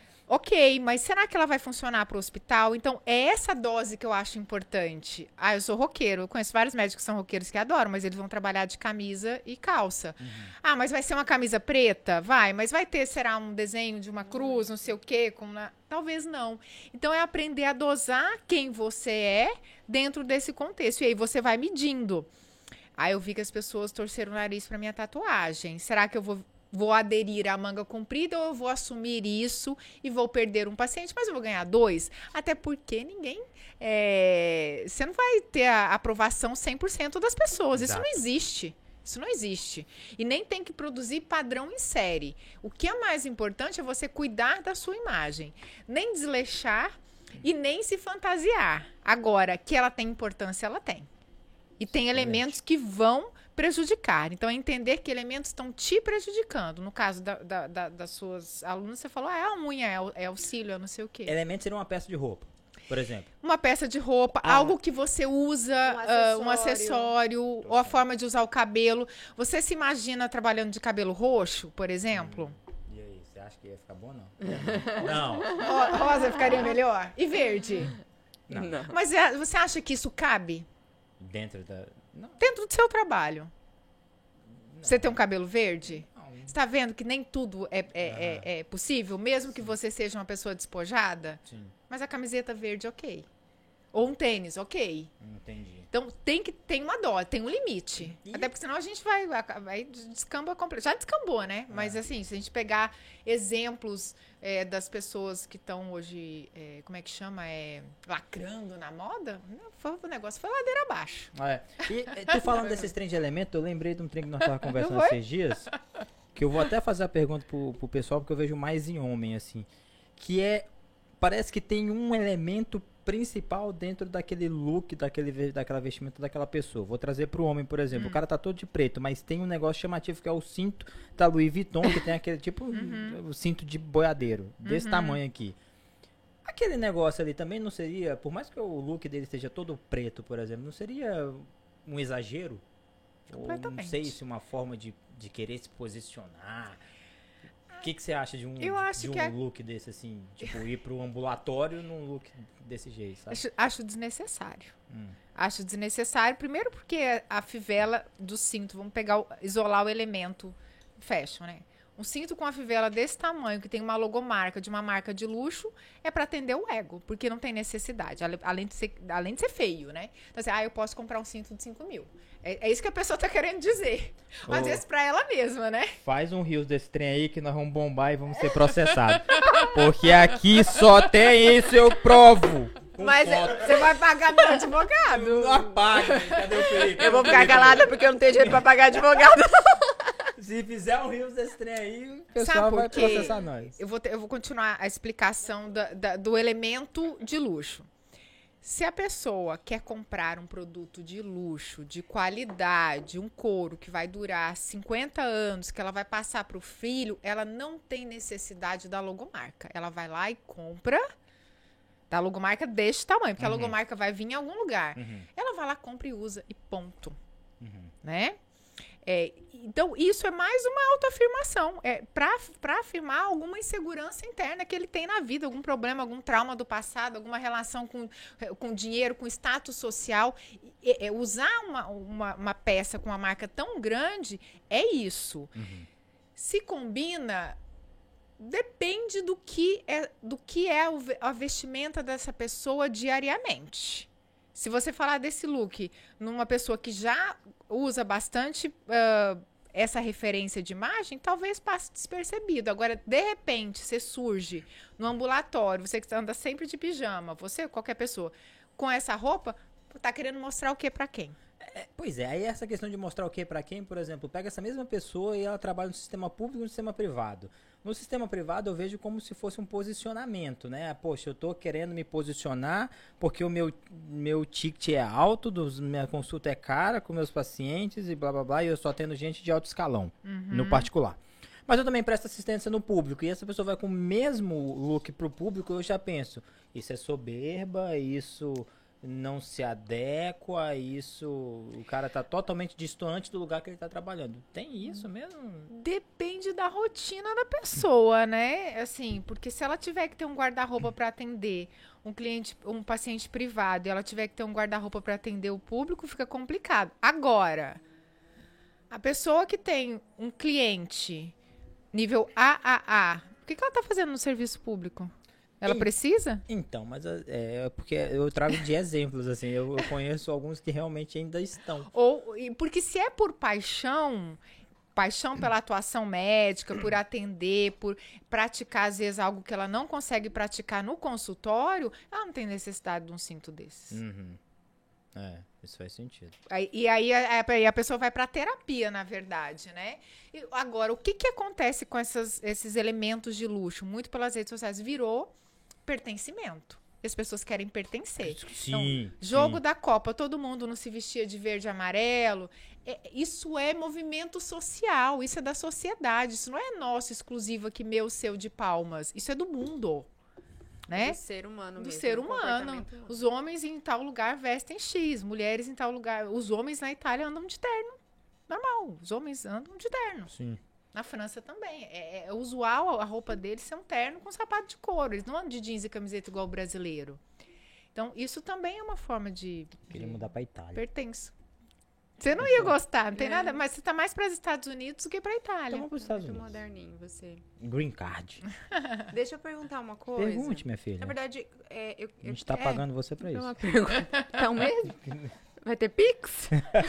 Ok, mas será que ela vai funcionar para o hospital? Então, é essa dose que eu acho importante. Eu sou roqueiro, eu conheço vários médicos que são roqueiros que adoram, mas eles vão trabalhar de camisa e calça. Mas vai ser uma camisa preta? Vai, mas vai ter, será um desenho de uma cruz, não sei o quê? Talvez não. Então, é aprender a dosar quem você é dentro desse contexto. E aí, você vai medindo. Eu vi que as pessoas torceram o nariz para minha tatuagem. Será que eu vou aderir à manga comprida ou eu vou assumir isso e vou perder um paciente, mas eu vou ganhar 2? Até porque você não vai ter a aprovação 100% das pessoas. Exato. Isso não existe. Isso não existe. E nem tem que produzir padrão em série. O que é mais importante é você cuidar da sua imagem. Nem desleixar e nem se fantasiar. Agora, que ela tem importância, ela tem. E tem elementos que vão prejudicar. Então, é entender que elementos estão te prejudicando. No caso das suas alunas, você falou, é a unha, é o cílio, é não sei o quê. Elementos seriam uma peça de roupa, por exemplo. Uma peça de roupa, algo que você usa, um acessório, ou a forma de usar o cabelo. Você se imagina trabalhando de cabelo roxo, por exemplo? E aí, você acha que ia ficar bom, não? Não. Rosa ficaria melhor? E verde? Não. Mas você acha que isso cabe? Dentro do seu trabalho. Não. Você tem um cabelo verde? Não. Você está vendo que nem tudo é possível, mesmo que você seja uma pessoa despojada? Sim. Mas a camiseta verde, ok. Ou um tênis, ok. Entendi. Então, tem uma dose, tem um limite. Até porque senão a gente vai descamba completo. Já descambou, né? Mas assim, se a gente pegar exemplos das pessoas que estão hoje, como é que chama? Lacrando na moda, o negócio foi ladeira abaixo. E tu falando desses trem de elemento, eu lembrei de um trem que nós estávamos conversando esses dias, que eu vou até fazer a pergunta pro pessoal, porque eu vejo mais em homem, assim, que parece que tem um elemento principal dentro daquele look, daquela vestimenta daquela pessoa. Vou trazer pro homem, por exemplo. O cara tá todo de preto, mas tem um negócio chamativo que é o cinto da Louis Vuitton, que tem aquele tipo, o cinto de boiadeiro, desse tamanho aqui. Aquele negócio ali também não seria, por mais que o look dele esteja todo preto, por exemplo, não seria um exagero? Ou não sei se uma forma de querer se posicionar. O que você acha de um look desse, assim? Tipo, ir pro ambulatório num look desse jeito, sabe? Acho desnecessário. Acho desnecessário, primeiro porque a fivela do cinto, vamos isolar o elemento fashion, né? Um cinto com a fivela desse tamanho, que tem uma logomarca de uma marca de luxo, é para atender o ego, porque não tem necessidade, além de ser feio, né? Então, assim, eu posso comprar um cinto de 5 mil. É isso que a pessoa tá querendo dizer. Às vezes pra ela mesma, né? Faz um rios desse trem aí que nós vamos bombar e vamos ser processados. Porque aqui só tem isso, eu provo. Mas você vai pagar meu advogado. Não apaga. Cadê o Felipe? Eu vou ficar calada porque eu não tenho dinheiro pra pagar advogado. Se fizer um rios desse trem aí, o pessoal vai processar nós. Eu vou continuar a explicação do elemento de luxo. Se a pessoa quer comprar um produto de luxo, de qualidade, um couro que vai durar 50 anos, que ela vai passar para o filho, ela não tem necessidade da logomarca. Ela vai lá e compra da logomarca deste tamanho, porque a logomarca vai vir em algum lugar. Ela vai lá, compra e usa e ponto. Né? Então, isso é mais uma autoafirmação. Para afirmar alguma insegurança interna que ele tem na vida, algum problema, algum trauma do passado, alguma relação com dinheiro, com status social. Usar uma peça com uma marca tão grande é isso. Se combina, depende do que é a vestimenta dessa pessoa diariamente. Se você falar desse look numa pessoa que já usa bastante essa referência de imagem, talvez passe despercebido. Agora, de repente, você surge no ambulatório, você que anda sempre de pijama, você, qualquer pessoa, com essa roupa, tá querendo mostrar o que pra quem? Pois é, aí essa questão de mostrar o que pra quem, por exemplo, pega essa mesma pessoa e ela trabalha no sistema público e no sistema privado. No sistema privado eu vejo como se fosse um posicionamento, né? Poxa, eu tô querendo me posicionar porque o meu ticket é alto, minha consulta é cara com meus pacientes e blá blá blá, e eu só atendo gente de alto escalão, no particular. Mas eu também presto assistência no público, e essa pessoa vai com o mesmo look pro público, eu já penso, isso é soberba, isso não se adequa a isso, o cara tá totalmente distante do lugar que ele tá trabalhando. Tem isso mesmo? Depende da rotina da pessoa, né? Assim, porque se ela tiver que ter um guarda-roupa para atender um paciente privado e ela tiver que ter um guarda-roupa para atender o público, fica complicado. Agora, a pessoa que tem um cliente nível AAA, o que ela tá fazendo no serviço público? Ela precisa? Então, mas porque eu trago de exemplos, assim, eu conheço alguns que realmente ainda estão. Porque se é por paixão pela atuação médica, por atender, por praticar, às vezes, algo que ela não consegue praticar no consultório, ela não tem necessidade de um cinto desses. Isso faz sentido. Aí a pessoa vai para terapia, na verdade, né? Agora, o que acontece com esses elementos de luxo? Muito pelas redes sociais, virou pertencimento. As pessoas querem pertencer. Sim, então, jogo da Copa, todo mundo não se vestia de verde e amarelo. Isso é movimento social, isso é da sociedade. Isso não é nosso, exclusivo aqui, meu, seu, de Palmas. Isso é do mundo. Né? Do ser humano mesmo. Do ser humano. Os homens em tal lugar vestem X, mulheres em tal lugar. Os homens na Itália andam de terno. Normal, os homens andam de terno. Sim. Na França também. É usual a roupa deles ser um terno com sapato de couro. Eles não andam de jeans e camiseta igual o brasileiro. Então, isso também é uma forma de... Queria mudar pra Itália. Pertenço. Você não ia gostar, não tem nada, mas você tá mais para os Estados Unidos do que para Itália. Vamos para os Estados Muito Unidos. moderninho, você. Green Card. Deixa eu perguntar uma coisa. Pergunte, minha filha. Na verdade, a gente tá pagando você para isso. Uma pergunta. Então mesmo? Vai ter Pix?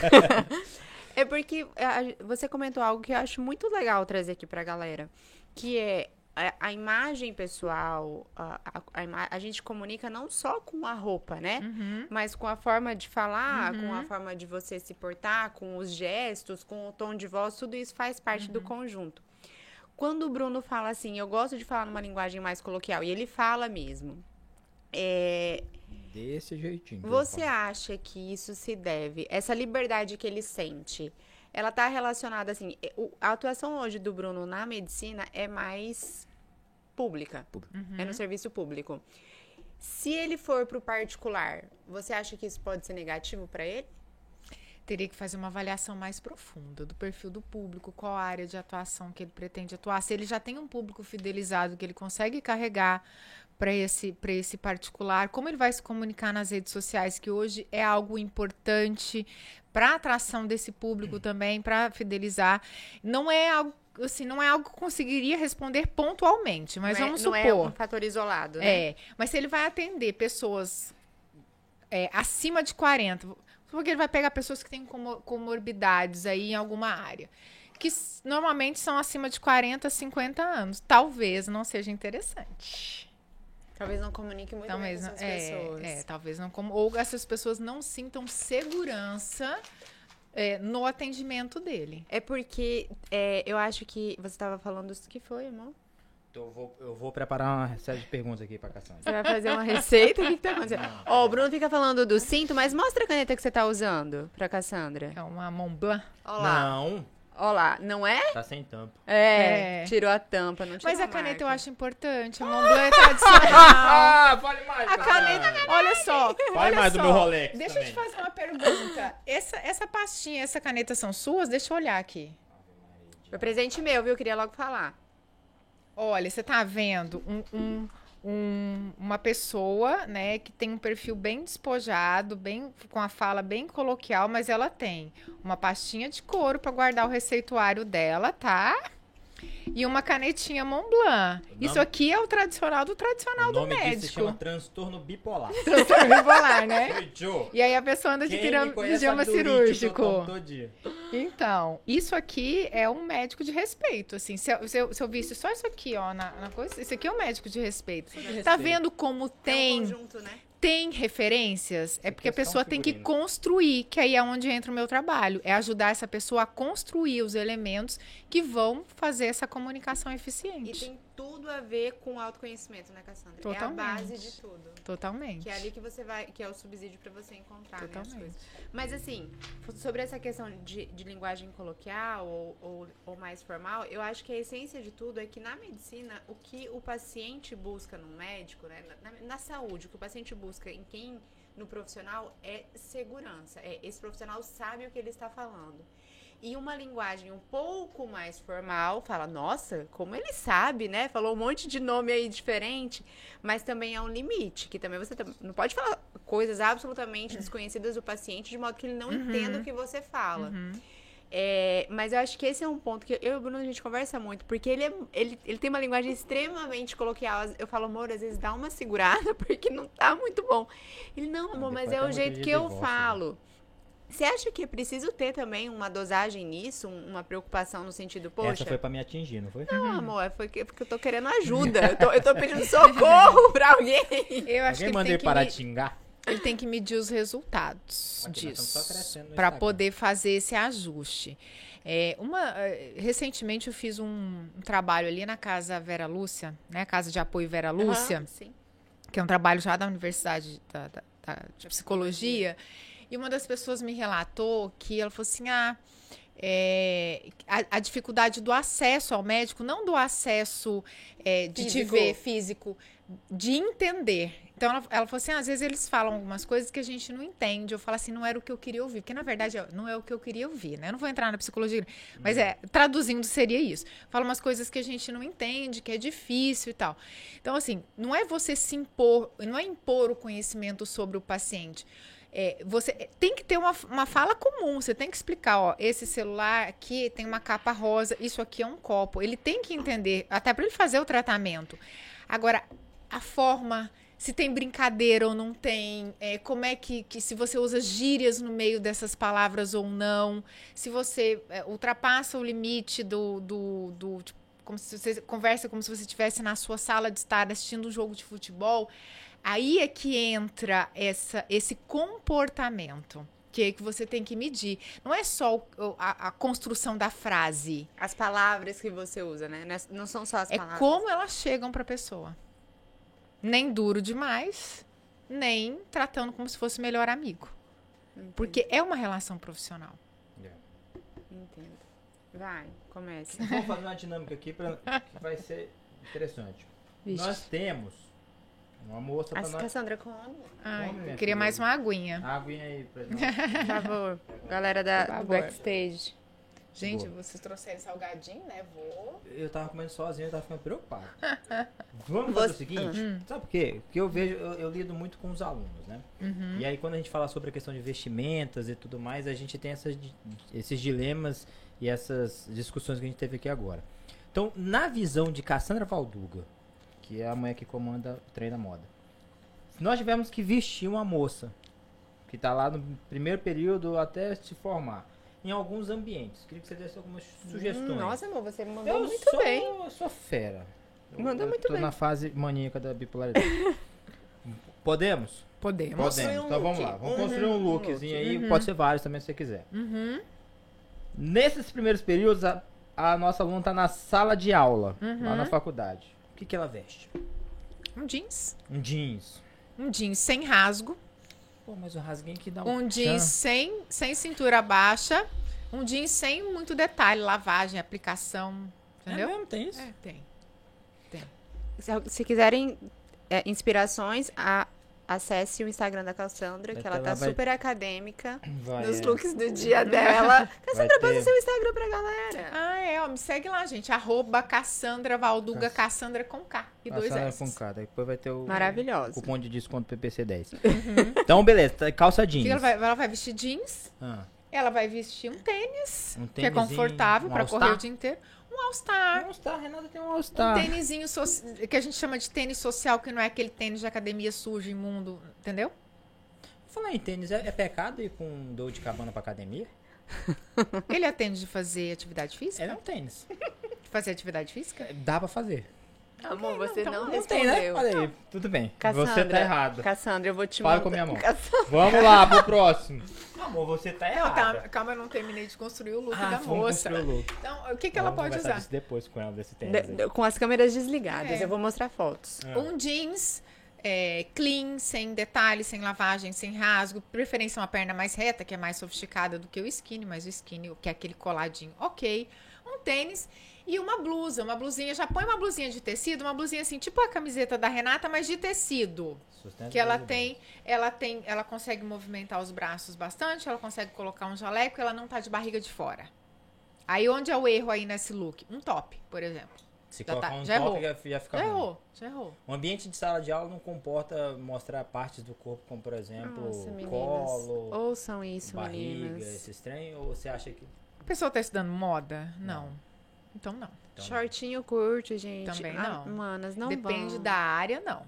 É porque você comentou algo que eu acho muito legal trazer aqui pra galera, que é a imagem pessoal, a gente comunica não só com a roupa, né? Mas com a forma de falar, com a forma de você se portar, com os gestos, com o tom de voz, tudo isso faz parte do conjunto. Quando o Bruno fala assim, eu gosto de falar numa linguagem mais coloquial, e ele fala mesmo, Desse jeitinho. Você acha que isso se deve, essa liberdade que ele sente, ela tá relacionada, assim, a atuação hoje do Bruno na medicina é mais pública, é no serviço público. Se ele for pro particular, você acha que isso pode ser negativo para ele? Teria que fazer uma avaliação mais profunda do perfil do público, qual a área de atuação que ele pretende atuar, se ele já tem um público fidelizado que ele consegue carregar para esse particular, como ele vai se comunicar nas redes sociais, que hoje é algo importante para a atração desse público também, para fidelizar. Não é algo assim, não é algo que eu conseguiria responder pontualmente, mas vamos supor. Não é um fator isolado, né? Mas se ele vai atender pessoas acima de 40, porque ele vai pegar pessoas que têm comorbidades aí em alguma área, que normalmente são acima de 40, 50 anos. Talvez não seja interessante. Talvez não comunique muito bem com essas pessoas. Talvez não. Ou essas pessoas não sintam segurança no atendimento dele. É porque eu acho que você estava falando o que foi, amor? Eu vou preparar uma série de perguntas aqui pra Cassandra. Você vai fazer uma receita? O que tá acontecendo? O Bruno fica falando do cinto, mas mostra a caneta que você tá usando pra Cassandra. É uma Montblanc. Olha lá, não é? Tá sem tampa. Tirou a tampa, não tirou Mas a caneta marca. eu acho importante. A Montblanc é tradicional. Fale mais. A caneta, olha só. Fale mais do meu Rolex. Deixa eu te fazer uma pergunta. Essa pastinha, essa caneta são suas? Deixa eu olhar aqui. Foi presente meu, viu? Queria logo falar. Olha, você tá vendo uma pessoa, né, que tem um perfil bem despojado, com a fala bem coloquial, mas ela tem uma pastinha de couro para guardar o receituário dela, tá? E uma canetinha Montblanc. Isso aqui é o tradicional do tradicional do médico. O nome disso se chama transtorno bipolar. Transtorno bipolar, né? Joe. E aí a pessoa anda de pijama cirúrgico. Então, isso aqui é um médico de respeito, assim. Se eu visse só isso aqui, ó, na coisa, isso aqui é um médico de respeito. Tá vendo como tem... É um conjunto, né? Tem referências, é porque a pessoa tem que construir, que aí é onde entra o meu trabalho. É ajudar essa pessoa a construir os elementos que vão fazer essa comunicação eficiente. E tem tudo a ver com autoconhecimento, né, Cassandra? Totalmente. É a base de tudo. Totalmente. Que é ali que você vai, que é o subsídio para você encontrar, né, as Totalmente. coisas. Mas assim, sobre essa questão de linguagem coloquial ou mais formal, eu acho que a essência de tudo é que na medicina, o que o paciente busca no médico, né, na saúde, o que o paciente busca no profissional é segurança. Esse profissional sabe o que ele está falando. E uma linguagem um pouco mais formal, fala, nossa, como ele sabe, né? Falou um monte de nome aí diferente, mas também há um limite, que também você não pode falar coisas absolutamente desconhecidas do paciente, de modo que ele não entenda o que você fala. Mas eu acho que esse é um ponto que eu e o Bruno, a gente conversa muito, porque ele tem uma linguagem extremamente coloquial. Eu falo, amor, às vezes dá uma segurada, porque não tá muito bom. Ele, não, amor, mas é o jeito que eu falo. Você acha que é preciso ter também uma dosagem nisso, uma preocupação no sentido, poxa... Essa foi pra me atingir, não foi? Não, amor, foi porque eu tô querendo ajuda. Eu tô pedindo socorro pra alguém. Eu acho Alguém mandei parar de xingar? Ele tem que medir os resultados disso, para para poder fazer esse ajuste. Recentemente eu fiz um trabalho ali na Casa Vera Lúcia, né, Casa de Apoio Vera Lúcia, sim. Que é um trabalho já da Universidade de Psicologia. E uma das pessoas me relatou que ela falou assim, a dificuldade do acesso ao médico, não do acesso de te ver físico, de entender. Então, ela falou assim, às vezes eles falam algumas coisas que a gente não entende. Eu falo assim, não era o que eu queria ouvir. Porque, na verdade, não é o que eu queria ouvir, né? Eu não vou entrar na psicologia, mas traduzindo seria isso. Fala umas coisas que a gente não entende, que é difícil e tal. Então, assim, não é você se impor, não é impor o conhecimento sobre o paciente. Você tem que ter uma fala comum, você tem que explicar, ó, esse celular aqui tem uma capa rosa, isso aqui é um copo. Ele tem que entender, até para ele fazer o tratamento. Agora, a forma, se tem brincadeira ou não tem, como é que se você usa gírias no meio dessas palavras ou não, se você ultrapassa o limite tipo, como se você conversa como se você estivesse na sua sala de estar assistindo um jogo de futebol. Aí é que entra esse comportamento que você tem que medir. Não é só a construção da frase. As palavras que você usa, né? Não são só as palavras. É como elas chegam para a pessoa. Nem duro demais, nem tratando como se fosse melhor amigo. Porque é uma relação profissional. Entendo. Vai, comece. Vamos fazer uma dinâmica aqui que vai ser interessante. Vixe. Nós temos uma moça pra nós. Cassandra, come. Ai, Come, minha eu queria filha. mais uma aguinha. Aguinha aí pra gente. Por favor. Galera Por do favor. backstage. Gente, Boa. vocês trouxeram salgadinho, né? Vou. Eu tava comendo sozinho, eu tava ficando preocupado. Vamos fazer o seguinte, sabe por quê? Porque eu vejo, eu lido muito com os alunos, né? E aí quando a gente fala sobre a questão de vestimentas e tudo mais, a gente tem esses dilemas e essas discussões que a gente teve aqui agora. Então, na visão de Cassandra Valduga, que é a mulher que comanda o Trem da Moda, se nós tivermos que vestir uma moça que tá lá no primeiro período até se formar, em alguns ambientes, queria que você desse algumas sugestões. Nossa, amor, você mandou Eu muito bem. sou fera. Mandou muito tô bem. na fase maníaca da bipolaridade. Podemos? Podemos. Construir Podemos. um Então vamos look. lá. Vamos construir um lookzinho aí. Pode ser vários também se você quiser. Nesses primeiros períodos, a nossa aluna tá na sala de aula, lá na faculdade. O que ela veste? Um jeans. Um jeans. Um jeans sem rasgo. Pô, mas o rasguinho que dá Um jeans sem cintura baixa. Um jeans sem muito detalhe, lavagem, aplicação. Entendeu? É mesmo, tem isso? É, tem. Se quiserem inspirações, acesse o Instagram da Cassandra, que ela tá vai- super acadêmica Vai, nos é. looks do dia dela. Cassandra, ter- passa seu Instagram pra galera. Ó, me segue lá, gente. @Cassandra Valduga, Cassandra com K e 2 Cassandra S. com K. Depois vai ter o Maravilhosa. cupom de desconto PPC10. Então, beleza. Calça O jeans. que ela vai vestir jeans. Ah, Ela vai vestir um tênis, um que é tênisinho, confortável um pra All-Star? correr o dia inteiro. Um All-Star. All-Star, Renata tem um Um All-Star. tênisinho que a gente chama de tênis social, que não é aquele tênis de academia sujo, imundo, entendeu? Falar em tênis, é pecado ir com dor de cabana pra academia? Ele é tênis de fazer atividade física? É um tênis. De fazer atividade física? Dá pra fazer. Amor, você então não não Não tem, né? respondeu. Olha aí, tudo bem. Cassandra, Você tá errado. Cassandra, eu vou te Fala mandar. com a minha mão. Cassandra, Vamos lá pro próximo. Amor, você tá Não, errado. calma, eu não terminei de construir o look da vamos moça. construir o look. Então, o que ela Vamos pode conversar usar? disso depois com ela, desse tênis aí. com as câmeras desligadas, É. eu vou mostrar fotos. Um jeans clean, sem detalhe, sem lavagem, sem rasgo. Preferência uma perna mais reta, que é mais sofisticada do que o skinny, mas o skinny, que é aquele coladinho, ok. Um tênis e uma blusa, uma blusinha. Já põe uma blusinha de tecido, uma blusinha assim, tipo a camiseta da Renata, mas de tecido. Que ela ela consegue movimentar os braços bastante, ela consegue colocar um jaleco, ela não tá de barriga de fora. Aí onde é o erro aí nesse look? Um top, por exemplo. Se Já colocar tá, um já top, errou. já fica Já ruim. errou, já errou. O ambiente de sala de aula não comporta mostrar partes do corpo, como por exemplo, Nossa, meninas. colo, Ouçam isso, barriga, meninas. esses trem, ou você acha que... A pessoa tá estudando moda? Não. Então não. Então, Shortinho curto, gente. Também não. Manas, não Depende vão. da área, não.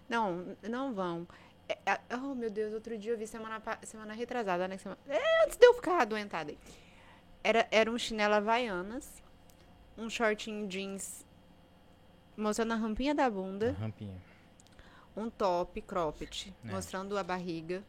Não vão. Oh, meu Deus, outro dia eu vi semana retrasada, né? Antes de eu ficar adoentada aí. Era um chinelo Havaianas, um shortinho jeans mostrando a rampinha da bunda, rampinha. um top cropped, É. mostrando a barriga.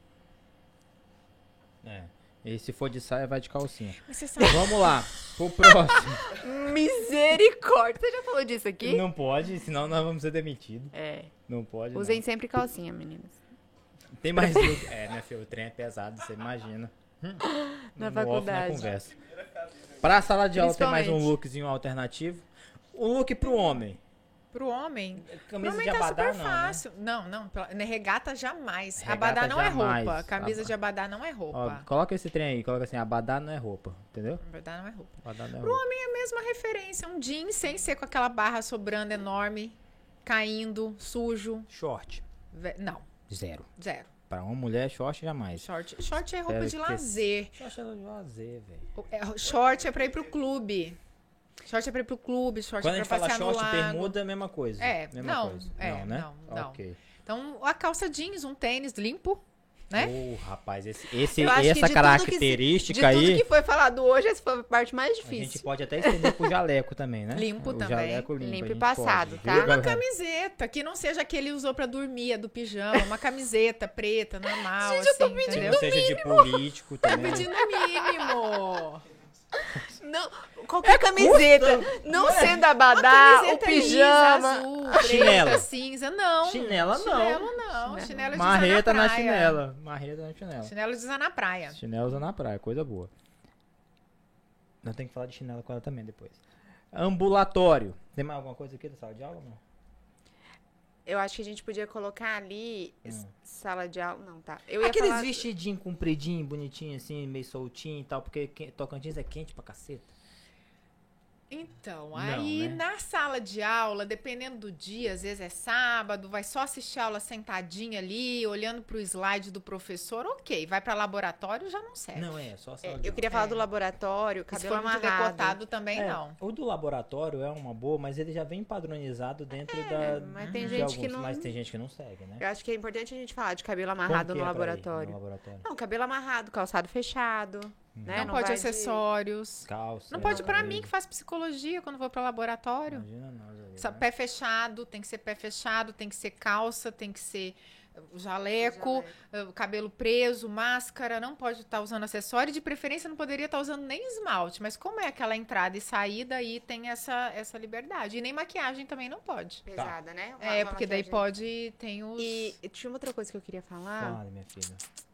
É. E se for de saia, vai de calcinha. Mas você sabe. Vamos lá, pro próximo. Misericórdia! Você já falou disso aqui? Não pode, senão nós vamos ser demitidos. É. Não pode. não. Usem sempre calcinha, meninas. Tem mais look. Minha filha, o trem é pesado, você imagina. Na No off, faculdade. conversa. Pra sala de aula tem mais um Principalmente. lookzinho alternativo. Um look pro homem. Pro homem. Camisa Pro de homem tá abadá, super não, né? fácil. Não. Regata jamais. Regata Abadá não é jamais. roupa. Camisa de abadá não é roupa. Ó, coloca esse trem aí, coloca assim, abadá não é roupa, entendeu? Abadá não é roupa. Abadá não é Pro roupa. homem é a mesma referência. Um jeans sem ser com aquela barra sobrando enorme, caindo, sujo. Short, Não, zero. zero. Pra uma mulher, short jamais. Short é roupa Espero de que- lazer. Short é de lazer, velho. Short é pra ir pro clube. Short é pra ir pro clube, short Quando a é gente pra fala passear no short, lago. bermuda é a mesma coisa. É, mesma não, coisa. é, não, né? não. Ok. Então, a calça jeans, um tênis limpo, né? Rapaz, Eu acho que essa de característica de tudo aí, que foi falado hoje, essa foi a parte mais a gente difícil. pode até estender pro jaleco também, né? Limpo o também. Jaleco limpo, Limpo a e gente passado, pode, tá? viu, Uma galera? Camiseta, que não seja que ele usou pra dormir, é do pijama. Uma camiseta preta, normal, Gente, eu tô assim, pedindo Que entendeu? não seja de político Tá também. pedindo o mínimo. Não, qualquer camiseta, não sendo abadá, o pijama. Azul, Chinela. preta, cinza, não. Chinela não. Chinelo não. Chinelo de Marreta usar na na praia. chinela. Marreta na chinela. Chinelo de usar na praia. Chinelo usa na praia, coisa boa. Nós temos que falar de chinela com ela também depois. Ambulatório. Tem mais alguma coisa aqui da sala de aula ou não? Eu acho que a gente podia colocar ali sala de aula. Não, tá. Eu ia Aqueles falar... vestidinhos compridinho, bonitinho assim, meio soltinho e tal, porque Tocantins é quente pra caceta. Então, Não, aí né? na sala de aula, dependendo do dia, às vezes é sábado, vai só assistir a aula sentadinha ali, olhando pro slide do professor, ok. Vai pra laboratório, já não serve. Não, só sala de Eu queria falar do laboratório, Se cabelo for muito amarrado. decotado também aula. não. O do laboratório é uma boa, mas ele já vem padronizado dentro mas tem de gente alguns, que não- mas tem gente que não segue, né? Eu acho que é importante a gente falar de cabelo Como amarrado que no é pra ir laboratório. no laboratório? Não, cabelo amarrado, calçado fechado. Né? Não pode vai de- acessórios. Calça. Não pode pra cabelo. mim que faz psicologia quando vou pro laboratório. Imagina nós ali, Sa- né? Pé fechado, tem que ser pé fechado, tem que ser calça, tem que ser jaleco, cabelo preso, máscara, não pode estar usando acessório, de preferência não poderia estar usando nem esmalte, mas como é aquela entrada e saída, aí tem essa liberdade. E nem maquiagem também não pode. Pesada, né? É, porque daí tem os... E tinha uma outra coisa que eu queria falar. Fale, minha filha.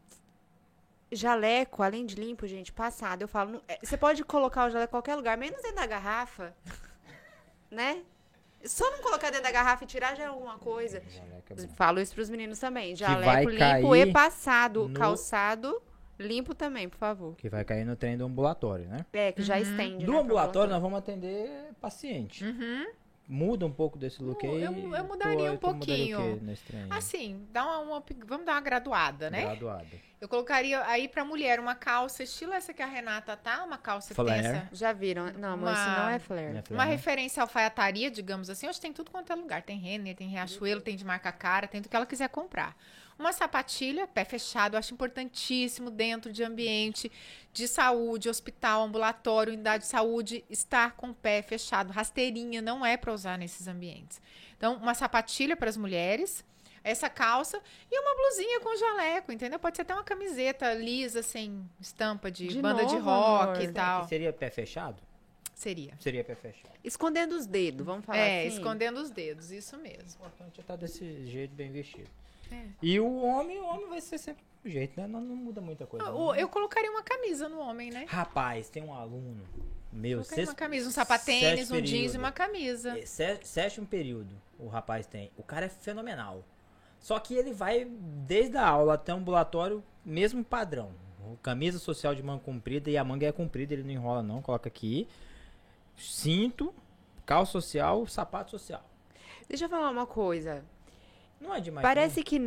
Jaleco, além de limpo, gente, passado. Eu falo, você pode colocar o jaleco em qualquer lugar, menos dentro da garrafa. Né? Só não colocar dentro da garrafa e tirar já é alguma coisa. Jaleco é bom. Falo isso pros meninos também. vai Jaleco limpo cair e passado. no- Calçado limpo também, por favor. Que vai cair no trem do ambulatório, né? É, que já estende. Do né, pro ambulatório nós vamos atender paciente. Uhum. Muda um pouco desse look aí. Eu mudaria um tu mudaria o pouquinho. quê nesse trem aí? Assim, vamos dar uma graduada, né? Graduado. Eu colocaria aí pra mulher uma calça, estilo essa que a Renata tá, uma calça que tem Flare. essa... Já viram? Não, amor, isso Uma- não é flare. Né, Uma Flávia? referência à alfaiataria, digamos assim. Hoje tem tudo quanto é lugar. Tem Renner, tem Riachuelo, tem de marca cara, tem do que ela quiser comprar. Uma sapatilha, pé fechado, eu acho importantíssimo dentro de ambiente de saúde, hospital, ambulatório, unidade de saúde, estar com o pé fechado. Rasteirinha não é para usar nesses ambientes. Então, uma sapatilha para as mulheres, essa calça e uma blusinha com jaleco, entendeu? Pode ser até uma camiseta lisa, sem estampa de banda de novo, rock amor. e tal. Que seria pé fechado? Seria. Seria pé fechado. Escondendo os dedos, vamos falar É, assim. escondendo os dedos, isso mesmo. O importante é estar desse jeito bem vestido. É. E o homem vai ser sempre do jeito, né? Não muda muita coisa. não. Eu colocaria uma camisa no homem, né? Rapaz, tem um aluno meu, Colocaria uma camisa, um sapatênis, um sétimo jeans e período. uma camisa. Sétimo período, o rapaz tem. O cara é fenomenal. Só que ele vai desde a aula até o ambulatório, mesmo padrão. Camisa social de manga comprida e a manga é comprida, ele não enrola não, coloca aqui. Cinto, calça social, sapato social. Deixa eu falar uma coisa. Não é demais. Parece que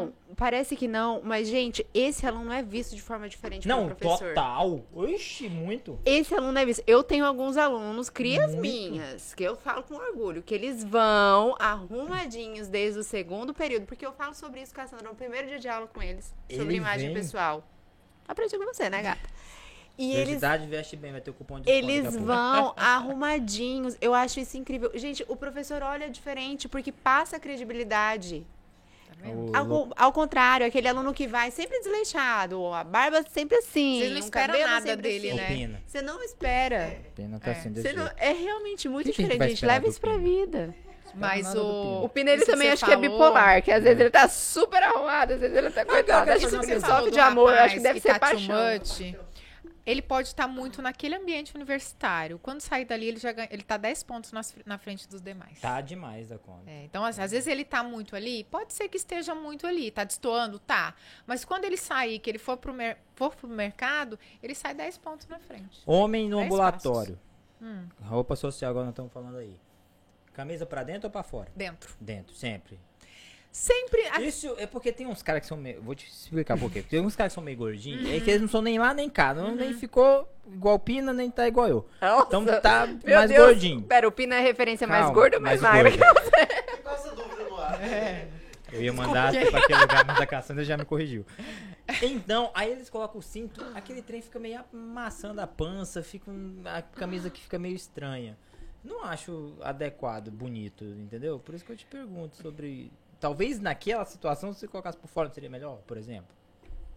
não, mas, gente, esse aluno é visto de forma diferente não, pelo professor. total. Oxi, muito. Esse aluno é visto. Eu tenho alguns alunos, crias Muito. minhas, que eu falo com orgulho, que eles vão arrumadinhos desde o segundo período, porque eu falo sobre isso, Cassandra, no primeiro dia de aula com eles, sobre Ele imagem vem- pessoal. Aprendi com você, né, gata? E eles Universidade veste bem, vai ter o cupom de desconto Eles daqui a pouco. vão arrumadinhos. Eu acho isso incrível. Gente, o professor olha diferente porque passa credibilidade. Tá vendo? Ao contrário, aquele aluno que vai sempre desleixado, a barba sempre assim. Vocês não um esperam cabelo nada sempre dele, assim. né? Pena. Você não espera. Pena tá assim desse Você não- jeito. é realmente muito Quem que a gente diferente, vai gente. esperar Leva do isso pra Pina? vida. Mas nada do O o... Pina, ele Isso que também você acho que é falou- bipolar, que às vezes ele tá super arrumado, às vezes ele tá coitado. Acho que Isso se que ele você falou sofre do de amor, eu acho que rapaz deve ser tá too paixão. much, ele pode estar muito naquele ambiente universitário. Quando sair dali, ele tá 10 pontos na frente dos demais. Tá demais da conta. É, então, às vezes ele tá muito ali, pode ser que esteja muito ali, tá destoando, tá. Mas quando ele sair, que ele for pro mercado, ele sai 10 pontos na frente. Homem no 10 ambulatório. Hum. Roupa social, agora nós estamos falando aí. Camisa pra dentro ou pra fora? Dentro. Dentro, sempre. Sempre. Isso é porque tem uns caras que são meio... Vou te explicar por quê. Tem uns caras que são meio gordinhos, é que eles não são nem lá nem cá. Não, nem ficou igual Pina, nem tá igual eu. Então Nossa, tá meu mais Deus. gordinho. Pera, o Pina é referência mais Calma, gordo ou mais magra? gordo. Ficou essa dúvida no ar. Eu ia mandar pra aquele lugar, mas a Cassandra já me corrigiu. Então, aí eles colocam o cinto, aquele trem fica meio amassando a pança, fica a camisa que fica meio estranha. Não acho adequado, bonito, entendeu? Por isso que eu te pergunto sobre... Talvez naquela situação, se você colocasse por fora, não seria melhor, por exemplo?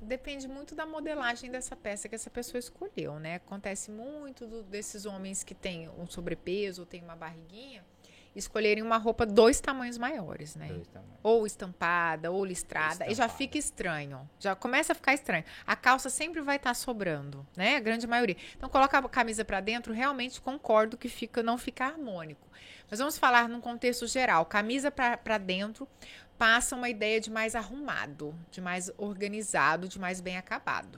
Depende muito da modelagem dessa peça que essa pessoa escolheu, né? Acontece muito desses homens que têm um sobrepeso ou têm uma barriguinha, escolherem uma roupa 2 tamanhos maiores, né? 2 tamanhos. Ou estampada, ou listrada, e já fica estranho. Já começa a ficar estranho. A calça sempre vai estar sobrando, né? A grande maioria. Então, coloca a camisa para dentro, realmente concordo que não fica harmônico. Mas vamos falar num contexto geral. Camisa para dentro passa uma ideia de mais arrumado, de mais organizado, de mais bem acabado.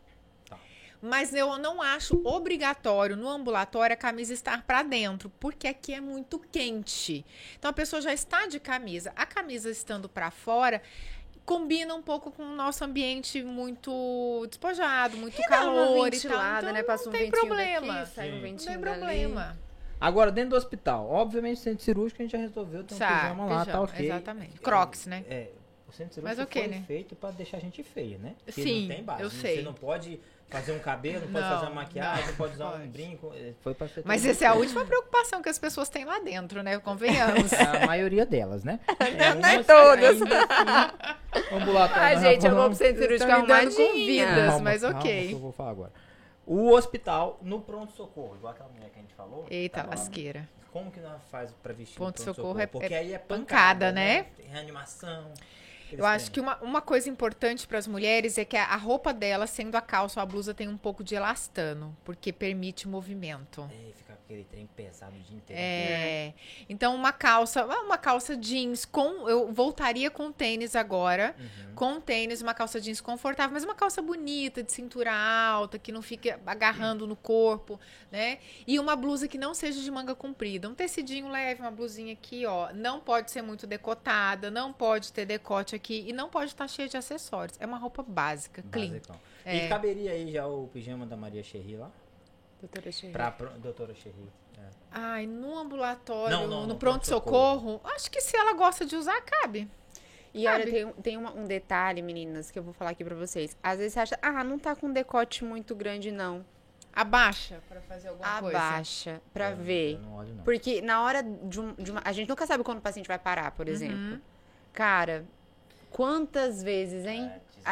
Mas eu não acho obrigatório no ambulatório a camisa estar para dentro, porque aqui é muito quente. Então a pessoa já está de camisa. A camisa estando para fora combina um pouco com o nosso ambiente muito despojado, muito calor e tal. Então né? Passa não um tem problema. Daqui, sai um Não ventinho tem dali. problema. Agora, dentro do hospital, obviamente, o centro cirúrgico a gente já resolveu, tem um pijama lá, tá ok. Exatamente. Crocs, né? O centro cirúrgico foi feito pra deixar a gente feia, né? Porque Sim, não tem base. eu sei. Você não pode fazer um cabelo, não pode fazer uma maquiagem, não pode usar um brinco. Foi pra ser Mas essa é a última preocupação que as pessoas têm lá dentro, né? Convenhamos. A maioria delas, né? Não é todas. Ambulatório. Gente, eu vou pro centro cirúrgico lidando com arrumadinha. vidas, mas ok. Que eu vou falar agora. O hospital, no pronto-socorro, igual aquela mulher que a gente falou. Eita, tá lá. lasqueira. Como que nós faz pra vestir Pronto-socorro Porque aí é pancada, né? Tem reanimação. Eu acho que uma coisa importante para as mulheres é que a roupa dela, sendo a calça ou a blusa, tem um pouco de elastano, porque permite movimento. Fica aquele trem pesado o dia inteiro. Então uma calça jeans eu voltaria com tênis agora, com tênis, uma calça jeans confortável, mas uma calça bonita, de cintura alta, que não fique agarrando no corpo, né? E uma blusa que não seja de manga comprida, um tecidinho leve, uma blusinha aqui, ó, não pode ser muito decotada, não pode ter decote aqui e não pode estar cheia de acessórios. É uma roupa básica, clean. E caberia aí já o pijama da Maria Cherry lá? Doutora Cherry. Doutora Cherry. Ai, no ambulatório, no pronto-socorro, acho que se ela gosta de usar, cabe. E olha, tem um detalhe, meninas, que eu vou falar aqui pra vocês. Às vezes você acha, não tá com um decote muito grande, não. Abaixa pra fazer alguma coisa. Abaixa pra ver. Eu não olho, não. Porque na hora de uma... A gente nunca sabe quando o paciente vai parar, por exemplo. Cara, quantas vezes, hein?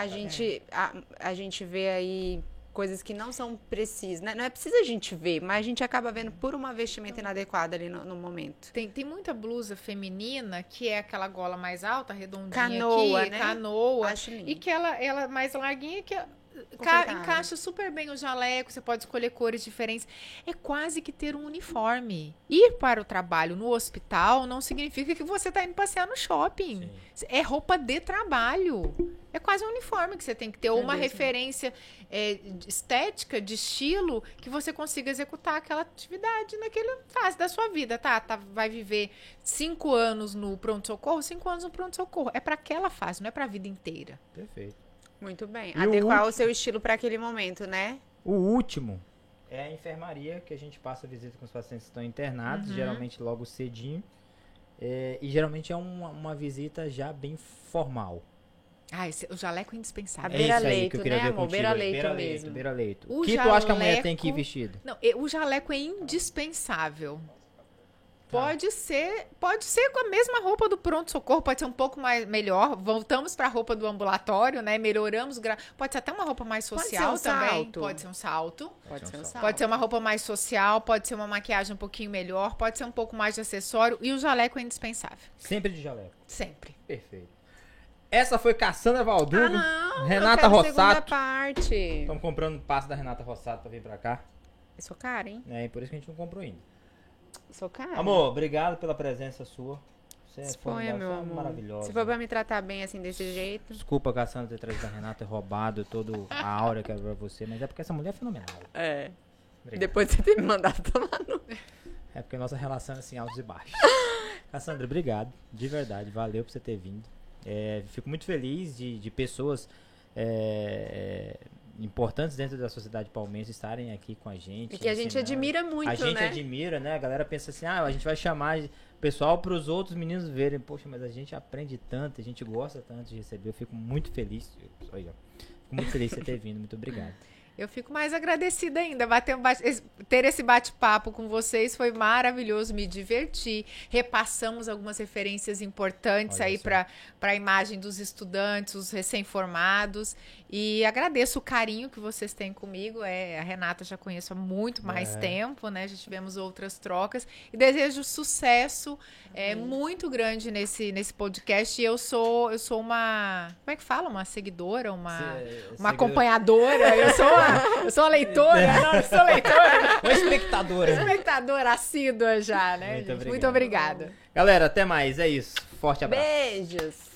A gente vê aí coisas que não são precisas, né? Não é preciso a gente ver, mas a gente acaba vendo por uma vestimenta inadequada ali no momento. Tem muita blusa feminina que é aquela gola mais alta, redondinha canoa, aqui, né? Canoa. Acho lindo. E que ela é mais larguinha que encaixa super bem o jaleco, você pode escolher cores diferentes. É quase que ter um uniforme. Ir para o trabalho no hospital não significa que você está indo passear no shopping. Sim. É roupa de trabalho. É quase um uniforme que você tem que ter. Ou uma referência estética, de estilo, que você consiga executar aquela atividade naquela fase da sua vida. Vai viver 5 anos no pronto-socorro, 5 anos no pronto-socorro. É para aquela fase, não é para a vida inteira. Perfeito. Muito bem. E adequar o seu estilo para aquele momento, né? O último é a enfermaria, que a gente passa a visita com os pacientes que estão internados, geralmente logo cedinho. E geralmente é uma visita já bem formal. O jaleco é indispensável. A beira-leito, né, amor? Beira-leito mesmo. Beira-leito. O que tu acha que a mulher tem que ir vestido? Não, o jaleco é indispensável. Pode ser com a mesma roupa do pronto-socorro, pode ser um pouco melhor. Voltamos para a roupa do ambulatório, né? Melhoramos. Pode ser até uma roupa mais social também. Pode ser um salto. Pode ser uma roupa mais social, pode ser uma maquiagem um pouquinho melhor, pode ser um pouco mais de acessório. E o jaleco é indispensável. Sempre de jaleco. Sempre. Perfeito. Essa foi Cassandra Valdugo, Renata eu quero Rossato. Segunda parte. Estamos comprando passe da Renata Rossato para vir para cá. Eu sou cara, hein? Por isso que a gente não comprou ainda. Sou cara. Amor, obrigado pela presença sua. Você meu amor. Maravilhosa. Se for pra me tratar bem assim, desse jeito. Desculpa, Cassandra, ter trazido a Renata e roubado toda a aura que era pra você, mas é porque essa mulher é fenomenal. Obrigado. Depois de você ter me mandado tomar no... É porque nossa relação é assim, altos e baixos. Cassandra, obrigado. De verdade, valeu por você ter vindo. Fico muito feliz de pessoas importantes dentro da sociedade palmeirense estarem aqui com a gente. E que a gente admira muito, né? A gente admira, né? A galera pensa assim, a gente vai chamar o pessoal para os outros meninos verem. Poxa, mas a gente aprende tanto, a gente gosta tanto de receber. Eu fico muito feliz. Fico muito feliz de você ter vindo. Muito obrigado. Eu fico mais agradecida ainda. Ter esse bate-papo com vocês foi maravilhoso, me diverti. Repassamos algumas referências importantes aí para a imagem dos estudantes, os recém-formados. E agradeço o carinho que vocês têm comigo. A Renata já conheço há muito mais tempo, né? Já tivemos outras trocas. E desejo sucesso muito grande nesse podcast. E eu sou uma... Como é que fala? Uma seguidora? Uma acompanhadora? Eu sou uma leitora? Não, eu sou leitora. Uma espectadora. Espectadora assídua já, né? Muito obrigada. Galera, até mais. É isso. Forte abraço. Beijos.